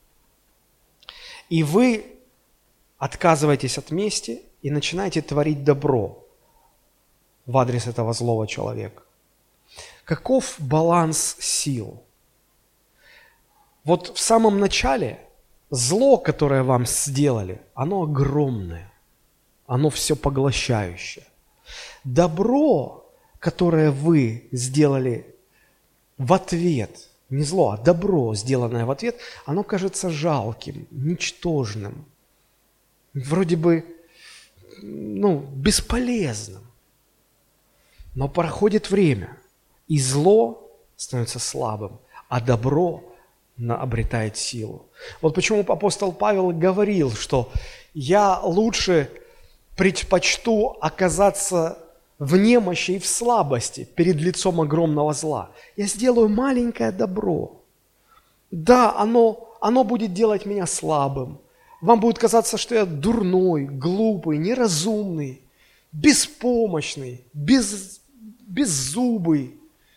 и вы отказываетесь от мести и начинаете творить добро в адрес этого злого человека. Каков баланс сил? Вот в самом начале зло, которое вам сделали, оно огромное. оно все поглощающее. Добро, которое вы сделали в ответ, не зло, а добро, сделанное в ответ, оно кажется жалким, ничтожным, вроде бы, ну, бесполезным. Но проходит время, и зло становится слабым, а добро обретает силу. Вот почему апостол Павел говорил, что я лучше предпочту оказаться в немощи и в слабости перед лицом огромного зла. Я сделаю маленькое добро. Да, оно, оно будет делать меня слабым. Вам будет казаться, что я дурной, глупый, неразумный, беспомощный, без, беззубый.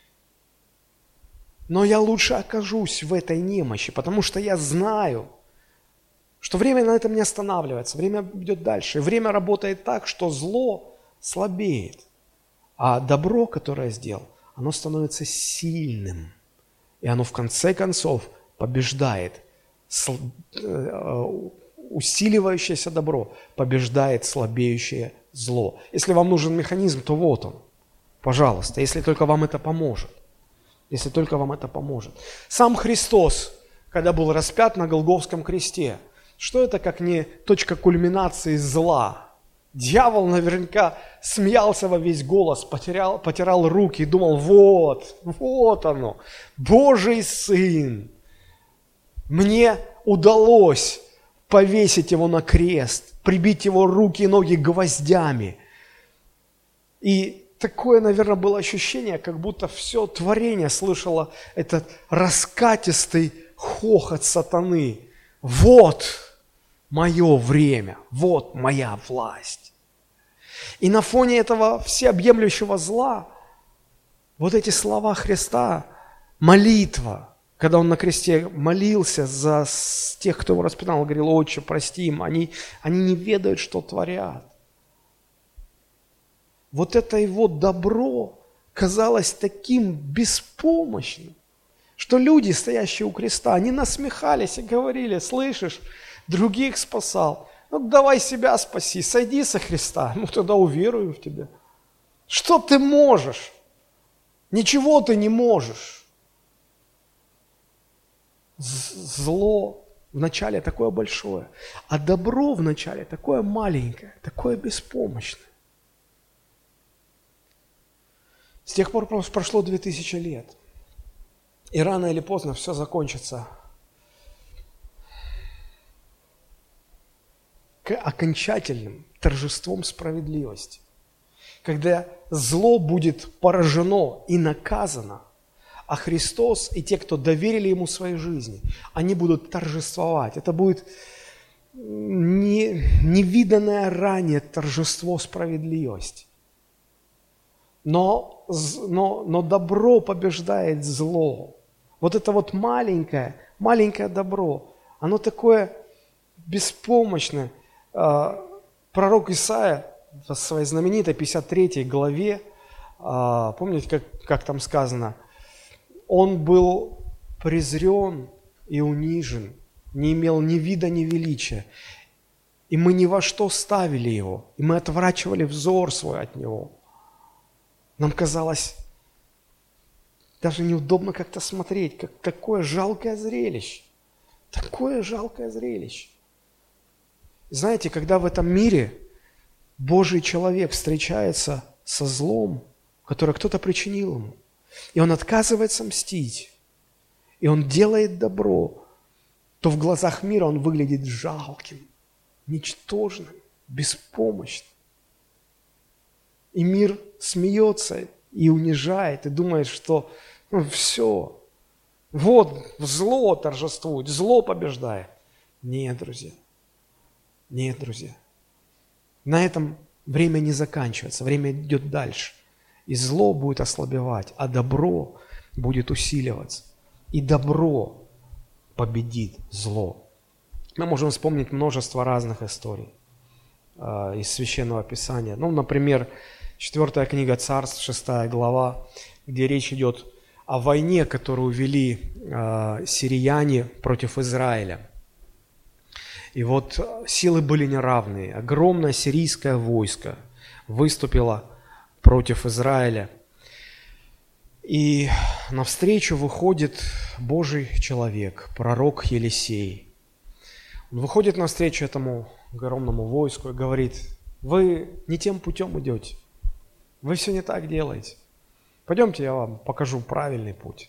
Но я лучше окажусь в этой немощи, потому что я знаю, что время на этом не останавливается, время идет дальше. И время работает так, что зло слабеет, а добро, которое я сделал, оно становится сильным. И оно в конце концов побеждает. Усиливающееся добро побеждает слабеющее зло. Если вам нужен механизм, то вот он. Пожалуйста, если только вам это поможет. Если только вам это поможет. Сам Христос, когда был распят на Голгофском кресте, что это как не точка кульминации зла? Дьявол наверняка смеялся во весь голос, потерял, потирал руки и думал, вот, вот оно, Божий Сын. Мне удалось повесить его на крест, прибить его руки и ноги гвоздями. И такое, наверное, было ощущение, как будто все творение слышало этот раскатистый хохот сатаны. Вот мое время, вот моя власть. И на фоне этого всеобъемлющего зла, вот эти слова Христа, молитва, когда Он на кресте молился за тех, кто Его распинал, Он говорил, Отче, прости им, они, они не ведают, что творят. Вот это Его добро казалось таким беспомощным, что люди, стоящие у креста, они насмехались и говорили, слышишь, других спасал, ну давай себя спаси, сойди со Христа, ну тогда уверую в тебя. Что ты можешь? Ничего ты не можешь. Зло вначале такое большое, а добро вначале такое маленькое, такое беспомощное. С тех пор прошло две тысячи лет, и рано или поздно все закончится к окончательным торжеством справедливости, когда зло будет поражено и наказано, а Христос и те, кто доверили Ему своей жизни, они будут торжествовать. Это будет не, невиданное ранее торжество справедливости. Но, но, но добро побеждает зло. Вот это вот маленькое, маленькое добро, оно такое беспомощное. Пророк Исаия в своей знаменитой пятьдесят третьей главе, помните, как, как там сказано, он был презрен и унижен, не имел ни вида, ни величия. И мы ни во что ставили его, и мы отворачивали взор свой от него. Нам казалось даже неудобно как-то смотреть, как, какое жалкое зрелище. Такое жалкое зрелище. Знаете, когда в этом мире Божий человек встречается со злом, которое кто-то причинил ему, и он отказывается мстить, и он делает добро, то в глазах мира он выглядит жалким, ничтожным, беспомощным. И мир смеется и унижает, и думает, что ну, все, вот зло торжествует, зло побеждает. Нет, друзья, нет, друзья. На этом время не заканчивается, время идет дальше. И зло будет ослабевать, а добро будет усиливаться. И добро победит зло. Мы можем вспомнить множество разных историй э, из Священного Писания. Ну, например, четвертая книга Царств, шестая глава, где речь идет о войне, которую вели э, сирияне против Израиля. И вот силы были неравные. Огромное сирийское войско выступило против Израиля. И навстречу выходит Божий человек, пророк Елисей. Он выходит навстречу этому огромному войску и говорит: вы не тем путем идете, вы все не так делаете. Пойдемте, я вам покажу правильный путь.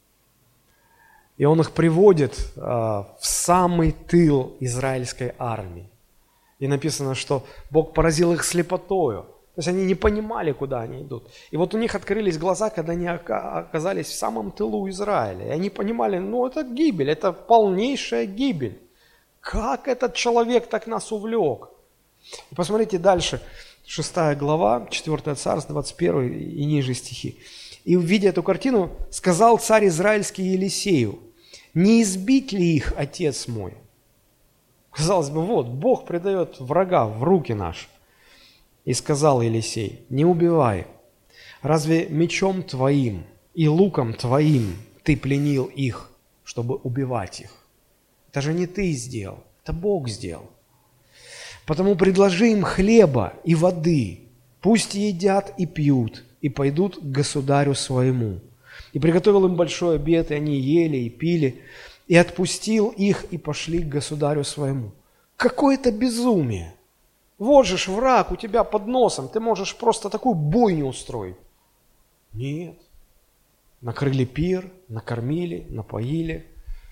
И он их приводит э, в самый тыл израильской армии. И написано, что Бог поразил их слепотою. То есть они не понимали, куда они идут. И вот у них открылись глаза, когда они оказались в самом тылу Израиля. И они понимали, ну это гибель, это полнейшая гибель. Как этот человек так нас увлек? И посмотрите дальше, шестая глава, четвёртое Царств, двадцать первый и ниже стихи. «И, увидя эту картину, сказал царь израильский Елисею: не избить ли их, отец мой?» Казалось бы, вот, Бог предает врага в руки наши. И сказал Елисей: не убивай. Разве мечом твоим и луком твоим ты пленил их, чтобы убивать их? Это же не ты сделал, это Бог сделал. Потому предложи им хлеба и воды, пусть едят и пьют, и пойдут к государю своему. И приготовил им большой обед, и они ели и пили, и отпустил их, и пошли к государю своему. Какое-то безумие! Вот же ж враг у тебя под носом, ты можешь просто такую бойню устроить. Нет. Накрыли пир, накормили, напоили,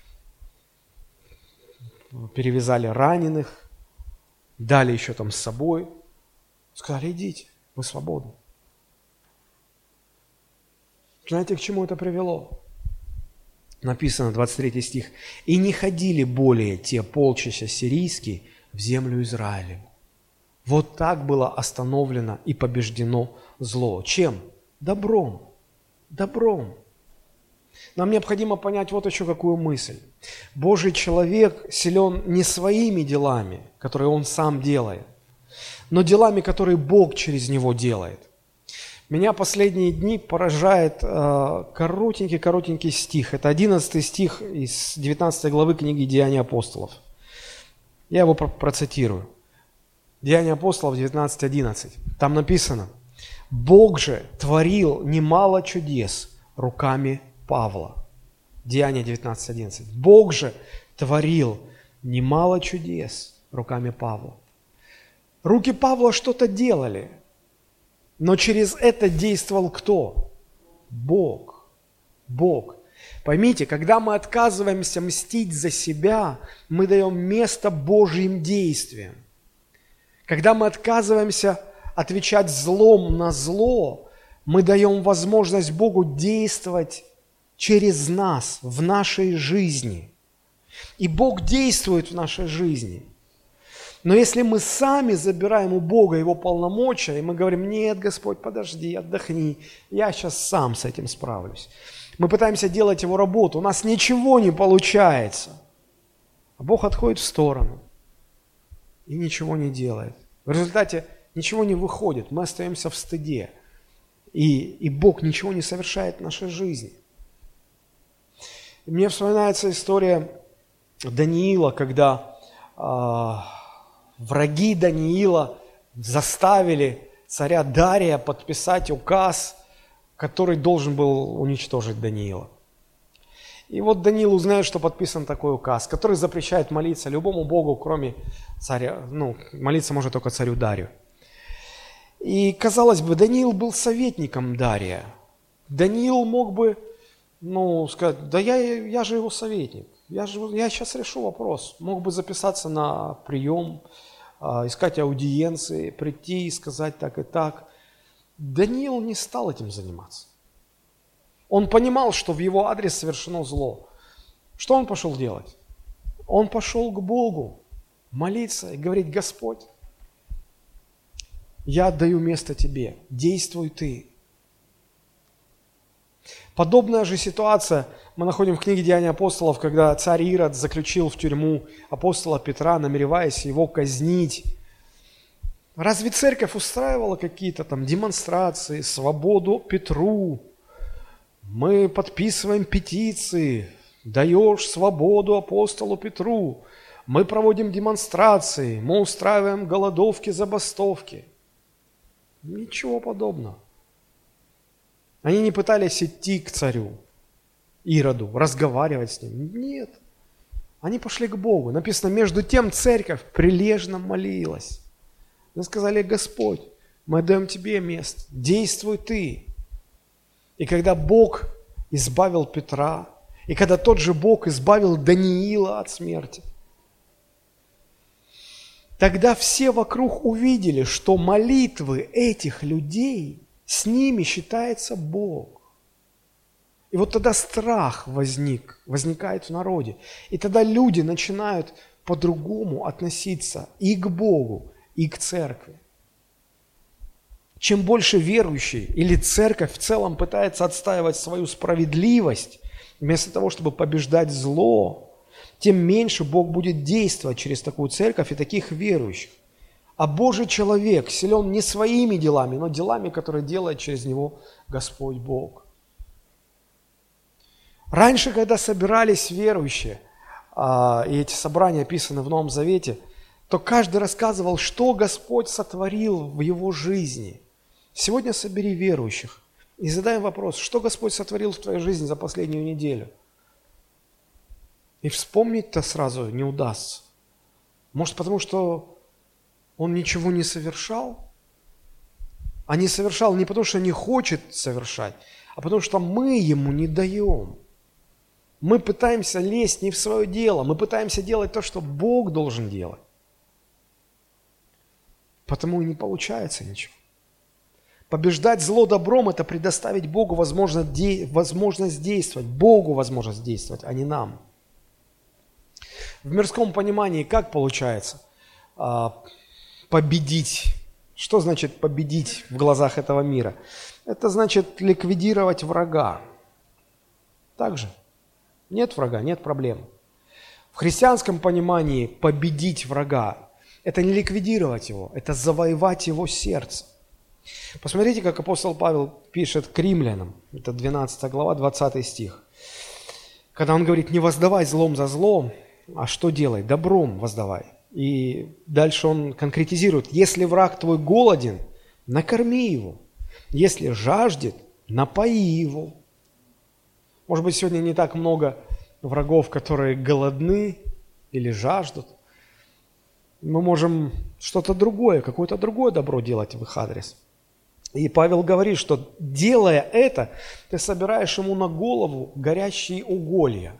перевязали раненых, дали еще там с собой. Сказали: идите, вы свободны. Знаете, к чему это привело? Написано, двадцать третий стих. «И не ходили более те полчища сирийские в землю Израилеву». Вот так было остановлено и побеждено зло. Чем? Добром. Добром. Нам необходимо понять вот еще какую мысль. Божий человек силен не своими делами, которые он сам делает, но делами, которые Бог через него делает. Меня последние дни поражает э, коротенький-коротенький стих. Это одиннадцатый стих из девятнадцатой главы книги «Деяния апостолов». Я его процитирую. Деяния апостолов девятнадцать одиннадцать. Там написано: «Бог же творил немало чудес руками Павла». Деяния девятнадцать одиннадцать. «Бог же творил немало чудес руками Павла». Руки Павла что-то делали, но через это действовал кто? Бог. Бог. Поймите, когда мы отказываемся мстить за себя, мы даем место Божьим действиям. Когда мы отказываемся отвечать злом на зло, мы даем возможность Богу действовать через нас, в нашей жизни. И Бог действует в нашей жизни. Но если мы сами забираем у Бога Его полномочия, и мы говорим: нет, Господь, подожди, отдохни, я сейчас сам с этим справлюсь. Мы пытаемся делать Его работу, у нас ничего не получается. А Бог отходит в сторону и ничего не делает. В результате ничего не выходит, мы остаемся в стыде. И, и Бог ничего не совершает в нашей жизни. И мне вспоминается история Даниила, когда э, враги Даниила заставили царя Дария подписать указ, который должен был уничтожить Даниила. И вот Даниил узнает, что подписан такой указ, который запрещает молиться любому богу, кроме царя, ну, молиться может только царю Дарию. И, казалось бы, Даниил был советником Дария. Даниил мог бы, ну, сказать: да я, я же его советник, я, же, я сейчас решу вопрос. Мог бы записаться на прием, искать аудиенции, прийти и сказать так и так. Даниил не стал этим заниматься. Он понимал, что в его адрес совершено зло. Что он пошел делать? Он пошел к Богу молиться и говорить: Господь, я отдаю место Тебе, действуй Ты. Подобная же ситуация мы находим в книге «Деяния апостолов», когда царь Ирод заключил в тюрьму апостола Петра, намереваясь его казнить. Разве церковь устраивала какие-то там демонстрации, свободу Петру? Мы подписываем петиции, даешь свободу апостолу Петру. мы проводим демонстрации, мы устраиваем голодовки, забастовки. Ничего подобного. Они не пытались идти к царю Ироду, разговаривать с ним. Нет. Они пошли к Богу. Написано, между тем церковь прилежно молилась. Они сказали, Господь, мы даем Тебе место, действуй Ты. И когда Бог избавил Петра, и когда тот же Бог избавил Даниила от смерти, тогда все вокруг увидели, что молитвы этих людей, с ними считается Бог. И вот тогда страх возник, возникает в народе. И тогда люди начинают по-другому относиться и к Богу, и к церкви. Чем больше верующий или церковь в целом пытается отстаивать свою справедливость, вместо того, чтобы побеждать зло, тем меньше Бог будет действовать через такую церковь и таких верующих. А Божий человек силен не своими делами, но делами, которые делает через него Господь Бог. Раньше, когда собирались верующие, и эти собрания описаны в Новом Завете, то каждый рассказывал, что Господь сотворил в его жизни. Сегодня собери верующих и задай вопрос, что Господь сотворил в твоей жизни за последнюю неделю. И вспомнить-то сразу не удастся. Может, потому что он ничего не совершал? А не совершал не потому, что не хочет совершать, а потому что мы ему не даем. Мы пытаемся лезть не в свое дело, мы пытаемся делать то, что Бог должен делать. Потому и не получается ничего. Побеждать зло добром – это предоставить Богу возможность, де... возможность действовать. Богу возможность действовать, а не нам. В мирском понимании как получается а, победить? Что значит победить в глазах этого мира? Это значит ликвидировать врага. Так же? Нет врага, нет проблем. В христианском понимании победить врага – это не ликвидировать его, это завоевать его сердце. Посмотрите, как апостол Павел пишет к римлянам, это двенадцатая глава, двадцатый стих. Когда он говорит, не воздавай злом за зло, а что делай? Добром воздавай. И дальше он конкретизирует, если враг твой голоден, накорми его. Если жаждет, напои его. Может быть, сегодня не так много врагов, которые голодны или жаждут. Мы можем что-то другое, какое-то другое добро делать в их адрес. И Павел говорит, что делая это, ты собираешь ему на голову горящие уголья.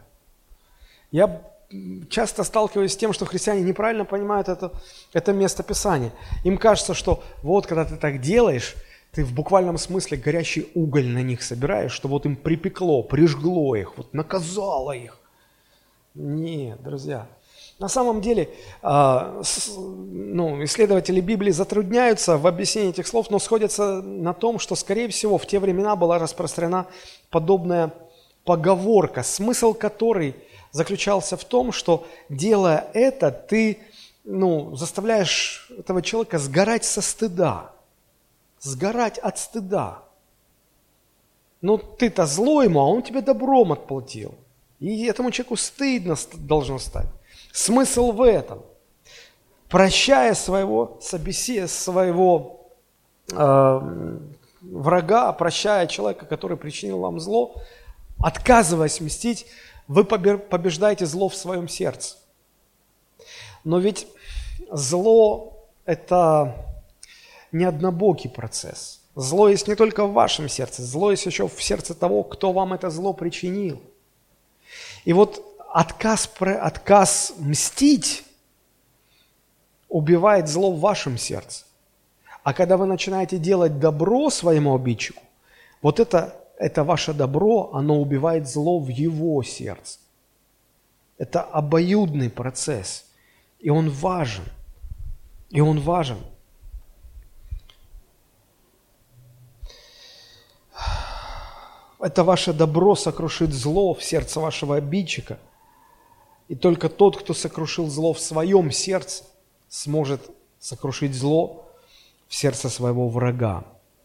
Я часто сталкиваюсь с тем, что христиане неправильно понимают это, это место Писания. Им кажется, что вот когда ты так делаешь, ты в буквальном смысле горящий уголь на них собираешь, что вот им припекло, прижгло их, вот наказало их. Нет, друзья. На самом деле, ну, исследователи Библии затрудняются в объяснении этих слов, но сходятся на том, что, скорее всего, в те времена была распространена подобная поговорка, смысл которой заключался в том, что, делая это, ты ну, заставляешь этого человека сгорать со стыда, сгорать от стыда. Ну, ты-то зло ему, а он тебе добром отплатил. И этому человеку стыдно должно стать. Смысл в этом. Прощая своего собеседника, своего э, врага, прощая человека, который причинил вам зло, отказываясь мстить, вы побеждаете зло в своем сердце. Но ведь зло – это не однобокий процесс. Зло есть не только в вашем сердце, зло есть еще в сердце того, кто вам это зло причинил. И вот отказ, отказ мстить убивает зло в вашем сердце. А когда вы начинаете делать добро своему обидчику, вот это, это ваше добро, оно убивает зло в его сердце. Это обоюдный процесс. И он важен. И он важен. Это ваше добро сокрушит зло в сердце вашего обидчика. И только тот, кто сокрушил зло в своем сердце, сможет сокрушить зло в сердце своего врага.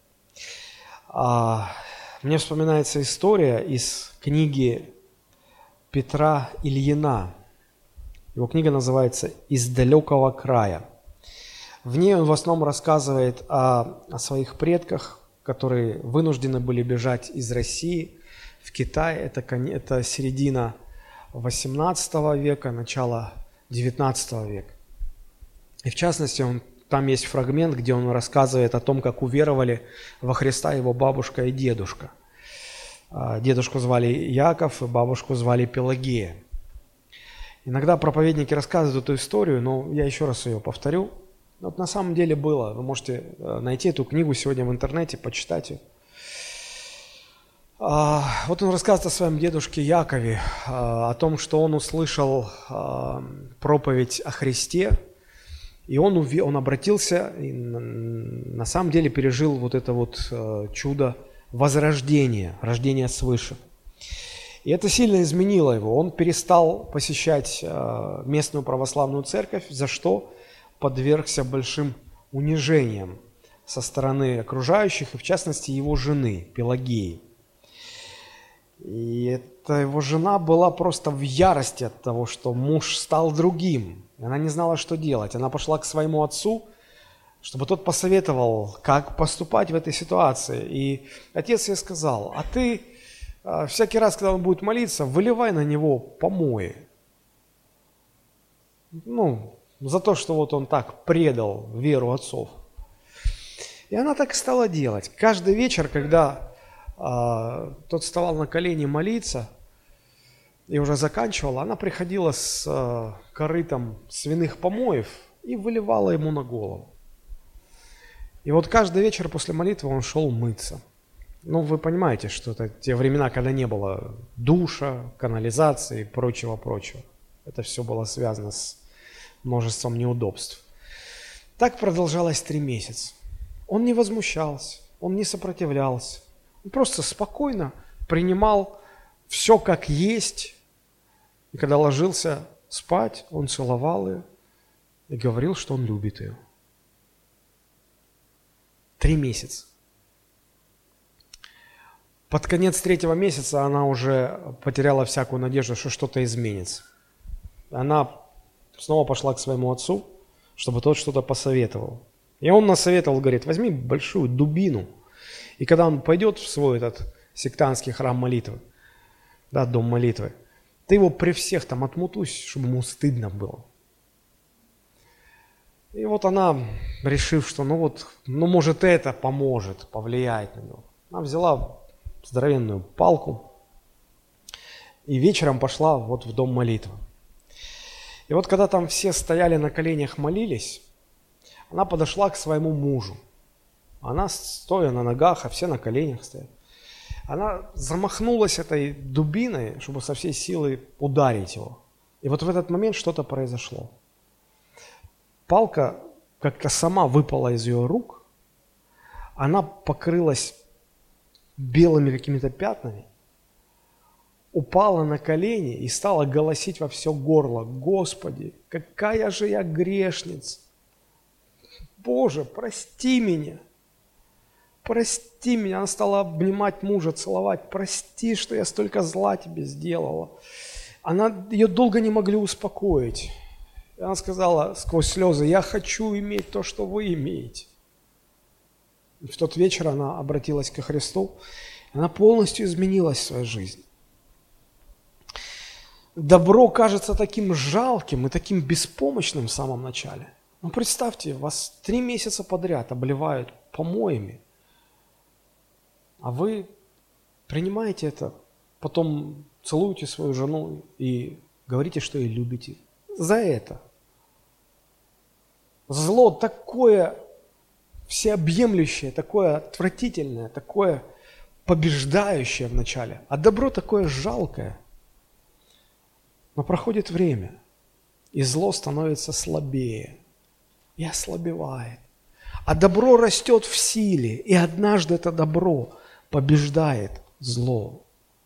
А, мне вспоминается история из книги Петра Ильина. Его книга называется «Из далекого края». В ней он в основном рассказывает о, о своих предках, которые вынуждены были бежать из России в Китай. Это, это середина восемнадцатого века, начало девятнадцатого века. И в частности, он, там есть фрагмент, где он рассказывает о том, как уверовали во Христа его бабушка и дедушка. Дедушку звали Яков, и бабушку звали Пелагея. Иногда проповедники рассказывают эту историю, но я еще раз ее повторю. Вот на самом деле было. Вы можете найти эту книгу сегодня в интернете, почитать ее. Вот он рассказывает о своем дедушке Якове, о том, что он услышал проповедь о Христе, и он, он обратился, и на самом деле пережил вот это вот чудо возрождения, рождения свыше. И это сильно изменило его. Он перестал посещать местную православную церковь, за что подвергся большим унижениям со стороны окружающих, и в частности его жены Пелагеи. И эта его жена была просто в ярости от того, что муж стал другим. Она не знала, что делать. Она пошла к своему отцу, чтобы тот посоветовал, как поступать в этой ситуации. И отец ей сказал: а ты всякий раз, когда он будет молиться, выливай на него помои. Ну, за то, что вот он так предал веру отцов. И она так и стала делать. Каждый вечер, когда а, тот вставал на колени молиться и уже заканчивал, она приходила с а, корытом свиных помоев и выливала ему на голову. И вот каждый вечер после молитвы он шел мыться. Ну, вы понимаете, что это те времена, когда не было душа, канализации и прочего-прочего. Это все было связано с множеством неудобств. Так продолжалось три месяца. Он не возмущался, он не сопротивлялся. Он просто спокойно принимал все как есть. И когда ложился спать, он целовал ее и говорил, что он любит ее. Три месяца. Под конец третьего месяца она уже потеряла всякую надежду, что что-то изменится. Она снова пошла к своему отцу, чтобы тот что-то посоветовал. И он насоветовал, говорит: возьми большую дубину, и когда он пойдет в свой этот сектантский храм молитвы, да, дом молитвы, ты его при всех там отмутусь, чтобы ему стыдно было. И вот она, решив, что ну вот, ну может это поможет, повлияет на него, она взяла здоровенную палку и вечером пошла вот в дом молитвы. И вот когда там все стояли на коленях, молились, она подошла к своему мужу. Она стоя на ногах, а все на коленях стоят. Она замахнулась этой дубиной, чтобы со всей силы ударить его. И вот в этот момент что-то произошло. Палка как-то сама выпала из ее рук, она покрылась белыми какими-то пятнами, упала на колени и стала голосить во все горло: «Господи, какая же я грешница! Боже, прости меня! Прости меня!» Она стала обнимать мужа, целовать: «Прости, что я столько зла тебе сделала!» Она, ее долго не могли успокоить. И она сказала сквозь слезы: «Я хочу иметь то, что вы имеете». И в тот вечер она обратилась ко Христу, и она полностью изменилась в своей жизни. Добро кажется таким жалким и таким беспомощным в самом начале. Но представьте, вас три месяца подряд обливают помоями, а вы принимаете это, потом целуете свою жену и говорите, что ее любите. За это. Зло такое всеобъемлющее, такое отвратительное, такое побеждающее вначале, а добро такое жалкое. Но проходит время, и зло становится слабее и ослабевает. А добро растет в силе, и однажды это добро побеждает зло.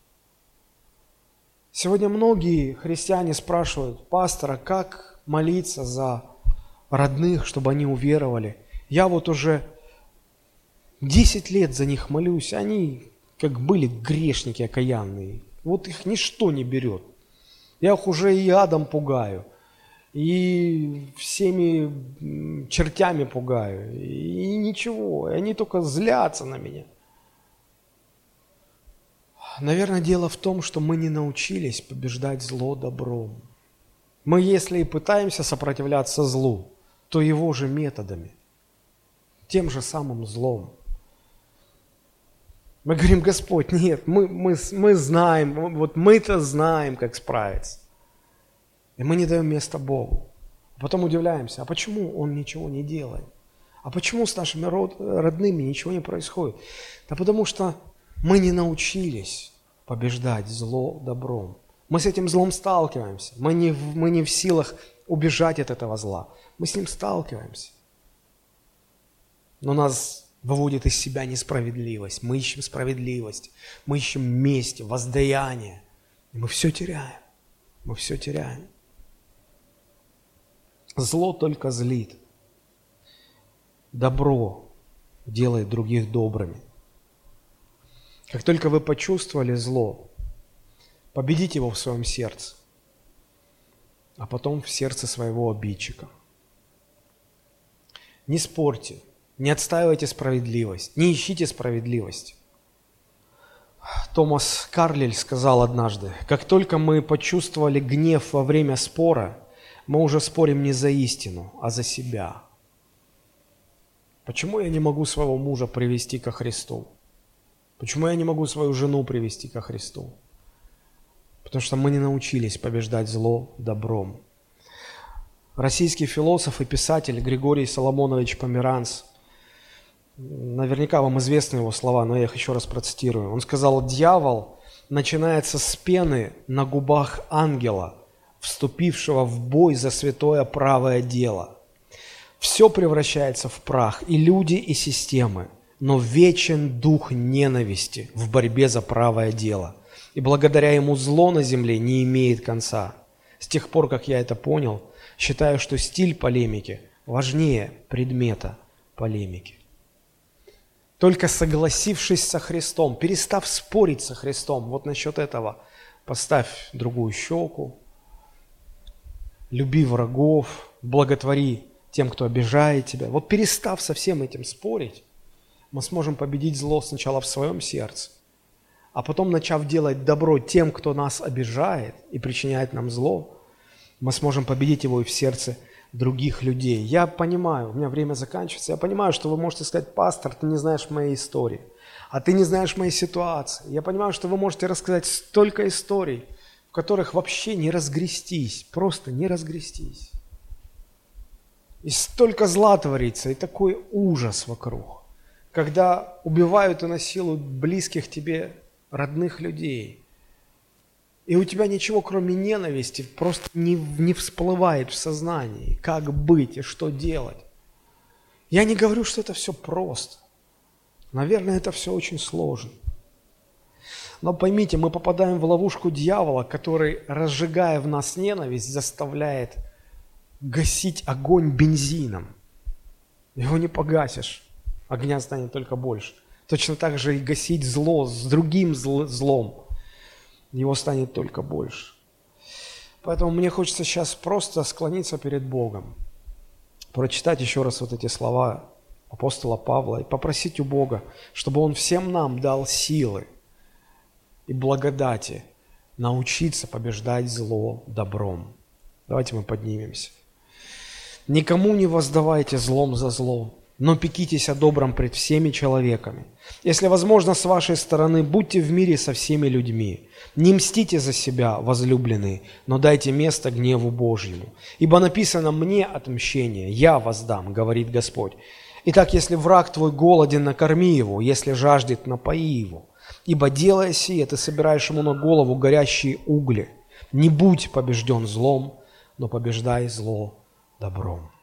Сегодня многие христиане спрашивают пастора, как молиться за родных, чтобы они уверовали. Я вот уже десять лет за них молюсь, они как были грешники окаянные. Вот их ничто не берет. Я их уже и адом пугаю. и всеми чертями пугаю, и ничего, и они только злятся на меня. Наверное, дело в том, что мы не научились побеждать зло добром. Мы, если и пытаемся сопротивляться злу, то его же методами, тем же самым злом. Мы говорим: Господь, нет, мы, мы, мы знаем, вот мы-то знаем, как справиться. И мы не даем места Богу. А потом удивляемся, а почему Он ничего не делает? А почему с нашими род, родными ничего не происходит? Да потому что мы не научились побеждать зло добром. Мы с этим злом сталкиваемся. Мы не, в- мы не в силах убежать от этого зла. Мы с ним сталкиваемся. Но нас выводит из себя несправедливость. Мы ищем справедливость. Мы ищем месть, воздаяние. И мы все теряем. Мы все теряем. Зло только злит. Добро делает других добрыми. Как только вы почувствовали зло, победите его в своем сердце, а потом в сердце своего обидчика. Не спорьте, не отстаивайте справедливость, не ищите справедливость. Томас Карлель сказал однажды: как только мы почувствовали гнев во время спора, мы уже спорим не за истину, а за себя. Почему я не могу своего мужа привести ко Христу? Почему я не могу свою жену привести ко Христу? Потому что мы не научились побеждать зло добром. Российский философ и писатель Григорий Соломонович Померанц, наверняка вам известны его слова, но я их еще раз процитирую. Он сказал: «Дьявол начинается с пены на губах ангела, вступившего в бой за святое правое дело. Все превращается в прах, и люди, и системы, но вечен дух ненависти в борьбе за правое дело. И благодаря ему зло на земле не имеет конца. С тех пор, как я это понял, считаю, что стиль полемики важнее предмета полемики». Только согласившись со Христом, перестав спорить со Христом, вот насчет этого: поставь другую щеку, люби врагов, благотвори тем, кто обижает тебя. Вот перестав со всем этим спорить, мы сможем победить зло сначала в своем сердце, а потом, начав делать добро тем, кто нас обижает и причиняет нам зло, мы сможем победить его и в сердце других людей. Я понимаю, у меня время заканчивается, я понимаю, что вы можете сказать: пастор, ты не знаешь моей истории, а ты не знаешь моей ситуации. Я понимаю, что вы можете рассказать столько историй, в которых вообще не разгрестись, просто не разгрестись. И столько зла творится, и такой ужас вокруг, когда убивают и насилуют близких тебе родных людей. И у тебя ничего, кроме ненависти, просто не, не всплывает в сознании, как быть и что делать. Я не говорю, что это все просто. Наверное, это все очень сложно. Но поймите, мы попадаем в ловушку дьявола, который, разжигая в нас ненависть, заставляет гасить огонь бензином. Его не погасишь, огня станет только больше. Точно так же и гасить зло с другим зл- злом. Его станет только больше. Поэтому мне хочется сейчас просто склониться перед Богом, прочитать еще раз вот эти слова апостола Павла и попросить у Бога, чтобы Он всем нам дал силы и благодати научиться побеждать зло добром. Давайте мы поднимемся. «Никому не воздавайте злом за зло, но пекитесь о добром пред всеми человеками. Если возможно, с вашей стороны, будьте в мире со всеми людьми. Не мстите за себя, возлюбленные, но дайте место гневу Божьему. Ибо написано: «Мне отмщение, я воздам, говорит Господь». Итак, если враг твой голоден, накорми его, если жаждет, напои его. Ибо, делая сие, ты собираешь ему на голову горящие угли. Не будь побежден злом, но побеждай зло добром».